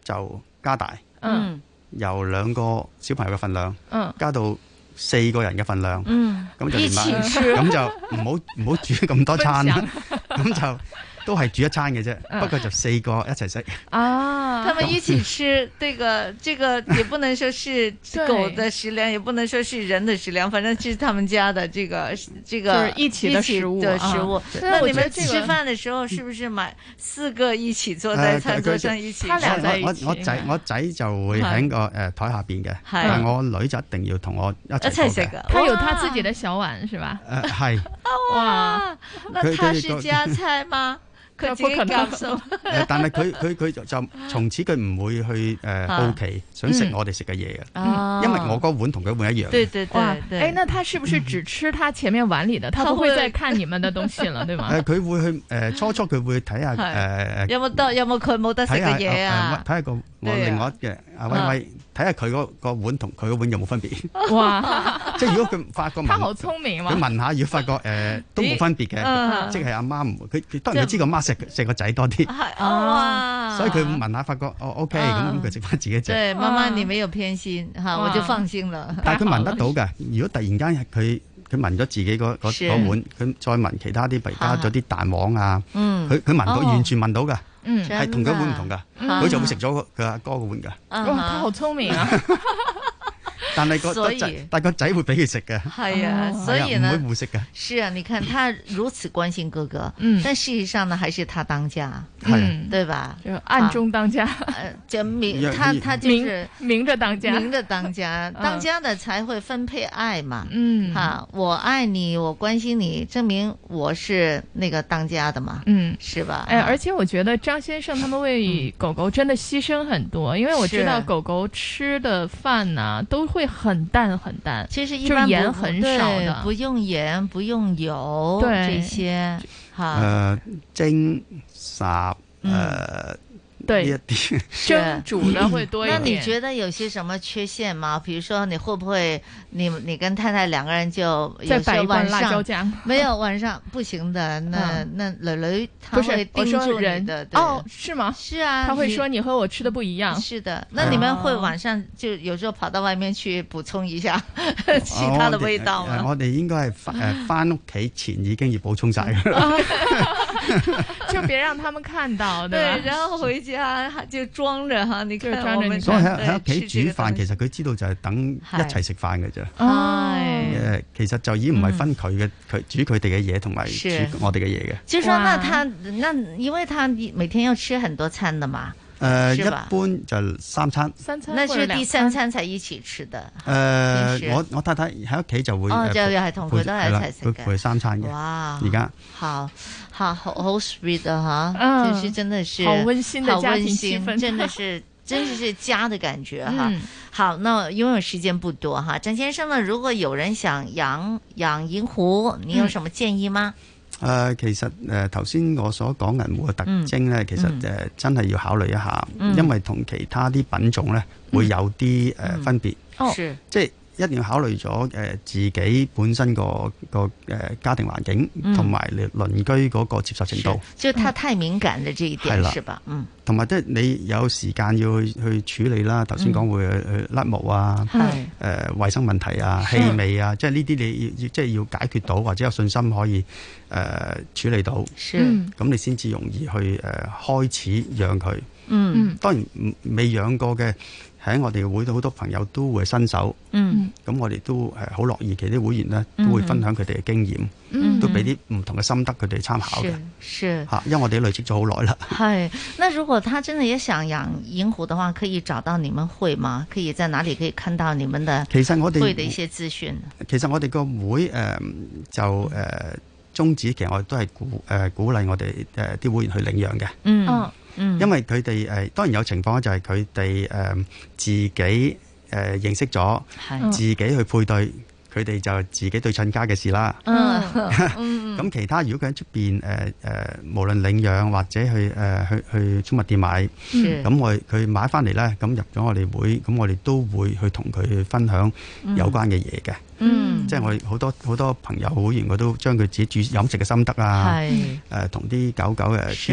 就加大，
嗯，
由兩個小朋友嘅份量，
嗯，
加到四個人嘅份量，
嗯，
咁就
一起吃，
咁就唔好唔好煮咁多餐啦，咁就。都係煮一餐嘅啫，不過就四個一齊食。
啊，他們一起吃，這個這個也不能說是狗的食糧，也不能說是人的食糧，反正是他們家的這個這個
就是一起的食物。
的食物。那你們吃飯的時候，是不是買四個一起坐在餐桌上一起？
他倆在一起。我我仔我仔就會喺個誒台下邊嘅，但係我女就一定要同我一齊食嘅。
他有他自己的小碗，是吧？
誒係。
哇，那他是夾菜嗎？佢自己夾數，
但係佢佢佢就就從此佢唔會去誒好奇想食我哋食嘅嘢嘅，因為我個碗同佢碗一樣。
對對對，
誒，那他是不是只吃他前面碗裡的？他不會再看你們的東西了，對嗎？
誒，佢會去誒初初佢會睇下誒
有冇得有冇佢冇得食嘅嘢啊？
睇下個我另外嘅阿威威，睇下佢嗰個碗同佢個碗有冇分別。
哇！
即係如果佢發覺，
他好聰明嘛！
佢問下，如果發覺誒都冇分別嘅，即係阿媽唔會，佢佢當然佢知個媽食食個仔多啲。
哇！
所以佢問下，發覺哦 OK，咁佢食翻自己隻。
對，媽媽你沒有偏心嚇，我就放心了。
但係佢聞得到嘅，如果突然間佢佢聞咗自己嗰嗰碗，佢再聞其他啲，譬如加咗啲蛋黃啊，佢佢聞到完全聞到㗎。嗯，係同佢碗唔同噶，佢就會食咗佢阿哥個碗噶。
哇，佢好聰明啊！
但係個仔，但個仔會俾佢食嘅。
係啊，所以呢，
唔會互食嘅。
是啊，你看他如此關心哥哥，嗯，但事實上呢，還是他當家，
嗯，
對吧？
就暗中當家，
就明他他就是
明着當家，
明着當家，當家的才會分配愛嘛。嗯，哈，我愛你，我關心你，證明我是那個當家的嘛。嗯，是吧？
哎，而且我覺得張先生他們為狗狗真的犧牲很多，因為我知道狗狗吃的飯呢都會很淡很淡，
其實一般
鹽很少的，
不用鹽，不用油，這些哈。
呃，蒸、烚，呃。
對，蒸煮的會多一點。
那你覺得有些什麼缺陷嗎？比如說，你會不會你你跟太太兩個人就
再擺一罐辣椒醬？
沒有，晚上不行的。那那女女她會盯住你的。
哦，是嗎？
是啊，
她會說你和我吃的不一樣。
是的，那你們會晚上就有時候跑到外面去補充一下其他的味道嗎？
我哋應該係誒翻屋企前已經要補充晒㗎啦。
就別讓他們看到，
對，然後回家就裝着哈，你看
我們所以喺喺屋企煮飯，其實佢知道就係等一齊食飯嘅啫。誒，其實就已經唔係分佢嘅，佢煮佢哋嘅嘢同埋煮我哋嘅嘢嘅。
就說那他那因為他每天要吃很多餐的嘛。
誒，一般就三餐，
三餐，
那是第三餐才一起吃的。
誒，我我太太喺屋企就會，
哦，就又係同佢都係一齊食嘅，
陪三餐嘅。
哇，
而家
好好好好 sweet 啊哈，就是真的是
好溫馨的家庭氣氛，
真的是真的是家的感覺哈。好，那因為時間不多哈，張先生呢，如果有人想養養銀狐，你有什麼建議嗎？
誒、呃，其實誒頭先我所講銀狐嘅特徵咧，嗯、其實誒、呃、真係要考慮一下，嗯、因為同其他啲品種咧、嗯、會有啲誒、呃、分別，
哦、
即係一定要考慮咗誒自己本身個個誒家庭環境同埋鄰鄰居嗰個接受程度。
就他太敏感嘅這一點，係、嗯、吧？嗯，
同埋即係你有時間要去去處理啦。頭先講會去甩毛啊，誒、嗯呃、衛生問題啊、氣味啊，即係呢啲你要即係要解決到，或者有信心可以誒、呃、處理到。咁、嗯、你先至容易去誒、呃、開始養佢。嗯，當然未養過嘅。喺我哋會到好多朋友都會新手，咁、嗯、我哋都誒好樂意，其實啲會員咧都會分享佢哋嘅經驗，嗯、都俾啲唔同嘅心得佢哋參考嘅。
是
嚇，因為我哋累積咗好耐啦。
係，那如果他真的也想養銀狐的話，可以找到你們會嗎？可以在哪裡可以看到你們的
其實我哋
會的一些資訊？
其實我哋個會誒、呃、就誒、呃、宗旨，其實我哋都係鼓誒、呃、鼓勵我哋誒啲會員去領養嘅。嗯。哦嗯、因為佢哋誒當然有情況就係佢哋誒自己誒、呃、認識咗，是自己去配對，佢哋就自己對親家嘅事啦。咁、嗯、其他如果佢喺出邊誒誒，無論領養或者去誒、呃、去去寵物店買，咁、嗯、我佢買翻嚟咧，咁入咗我哋會，咁我哋都會去同佢分享有關嘅嘢嘅。嗯，即係我哋好多好多朋友會員，我都將佢自己煮飲食嘅心得啊，誒同啲狗狗誒啲。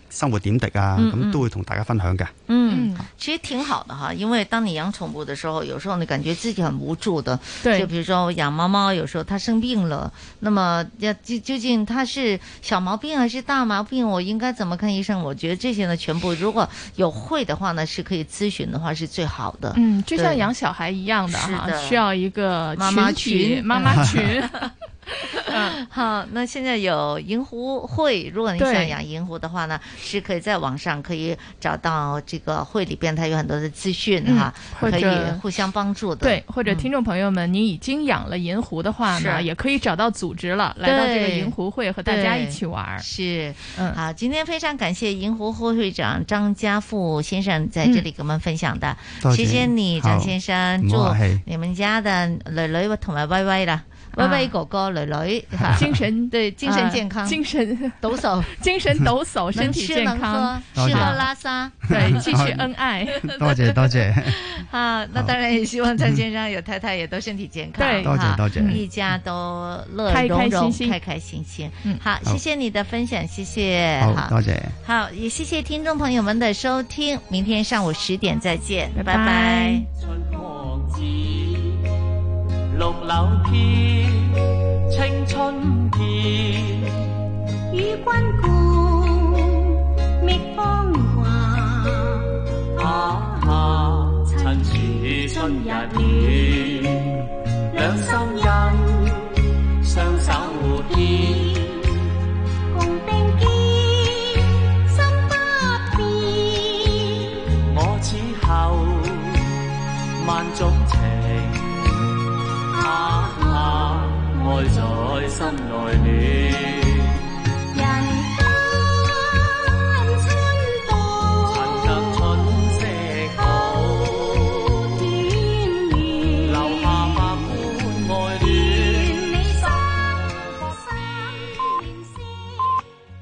生活點滴啊，咁、嗯、都會同大家分享嘅。
嗯，其實挺好的哈，因為當你養寵物的時候，有時候你感覺自己很無助的。對，就比如說我養貓貓，有時候它生病了，那麼要究究竟它是小毛病還是大毛病，我應該怎麼看醫生？我覺得這些呢，全部如果有會的話呢，是可以諮詢的話是最好的。
嗯，就像養小孩一樣的哈，需要一個
媽媽群，
媽媽群。
嗯，好，那現在有銀狐會，如果你想養銀狐的話呢，是可以在網上可以找到這個會裏邊，它有很多的資訊哈、嗯，可以互相幫助的。
對，或者聽眾朋友們，你已經養了銀狐的話呢，也可以找到組織了，來到這個銀狐會和大家一起玩。
是，嗯，好，今天非常感謝銀狐會會長張家富先生在這裏給我們分享的，嗯、謝謝你張先生，祝你們家的女女同埋威威啦。威威哥哥、女女，
精神
對精神健康，
精神
抖擻，
精神抖擻，身體健康，
吃喝拉撒，
對，繼續恩愛。
多謝多謝。
好，那當然也希望張先生有太太也都身體健康，
對，
多謝多謝，
一家都樂融融，開開心心。嗯，好，謝謝你的分享，謝謝。
好，多謝。
好，也謝謝聽眾朋友們的收聽，明天上午十點再見，拜拜。
綠柳飄，青春飄，與君共覓芳華。啊啊，趁處春日暖，兩心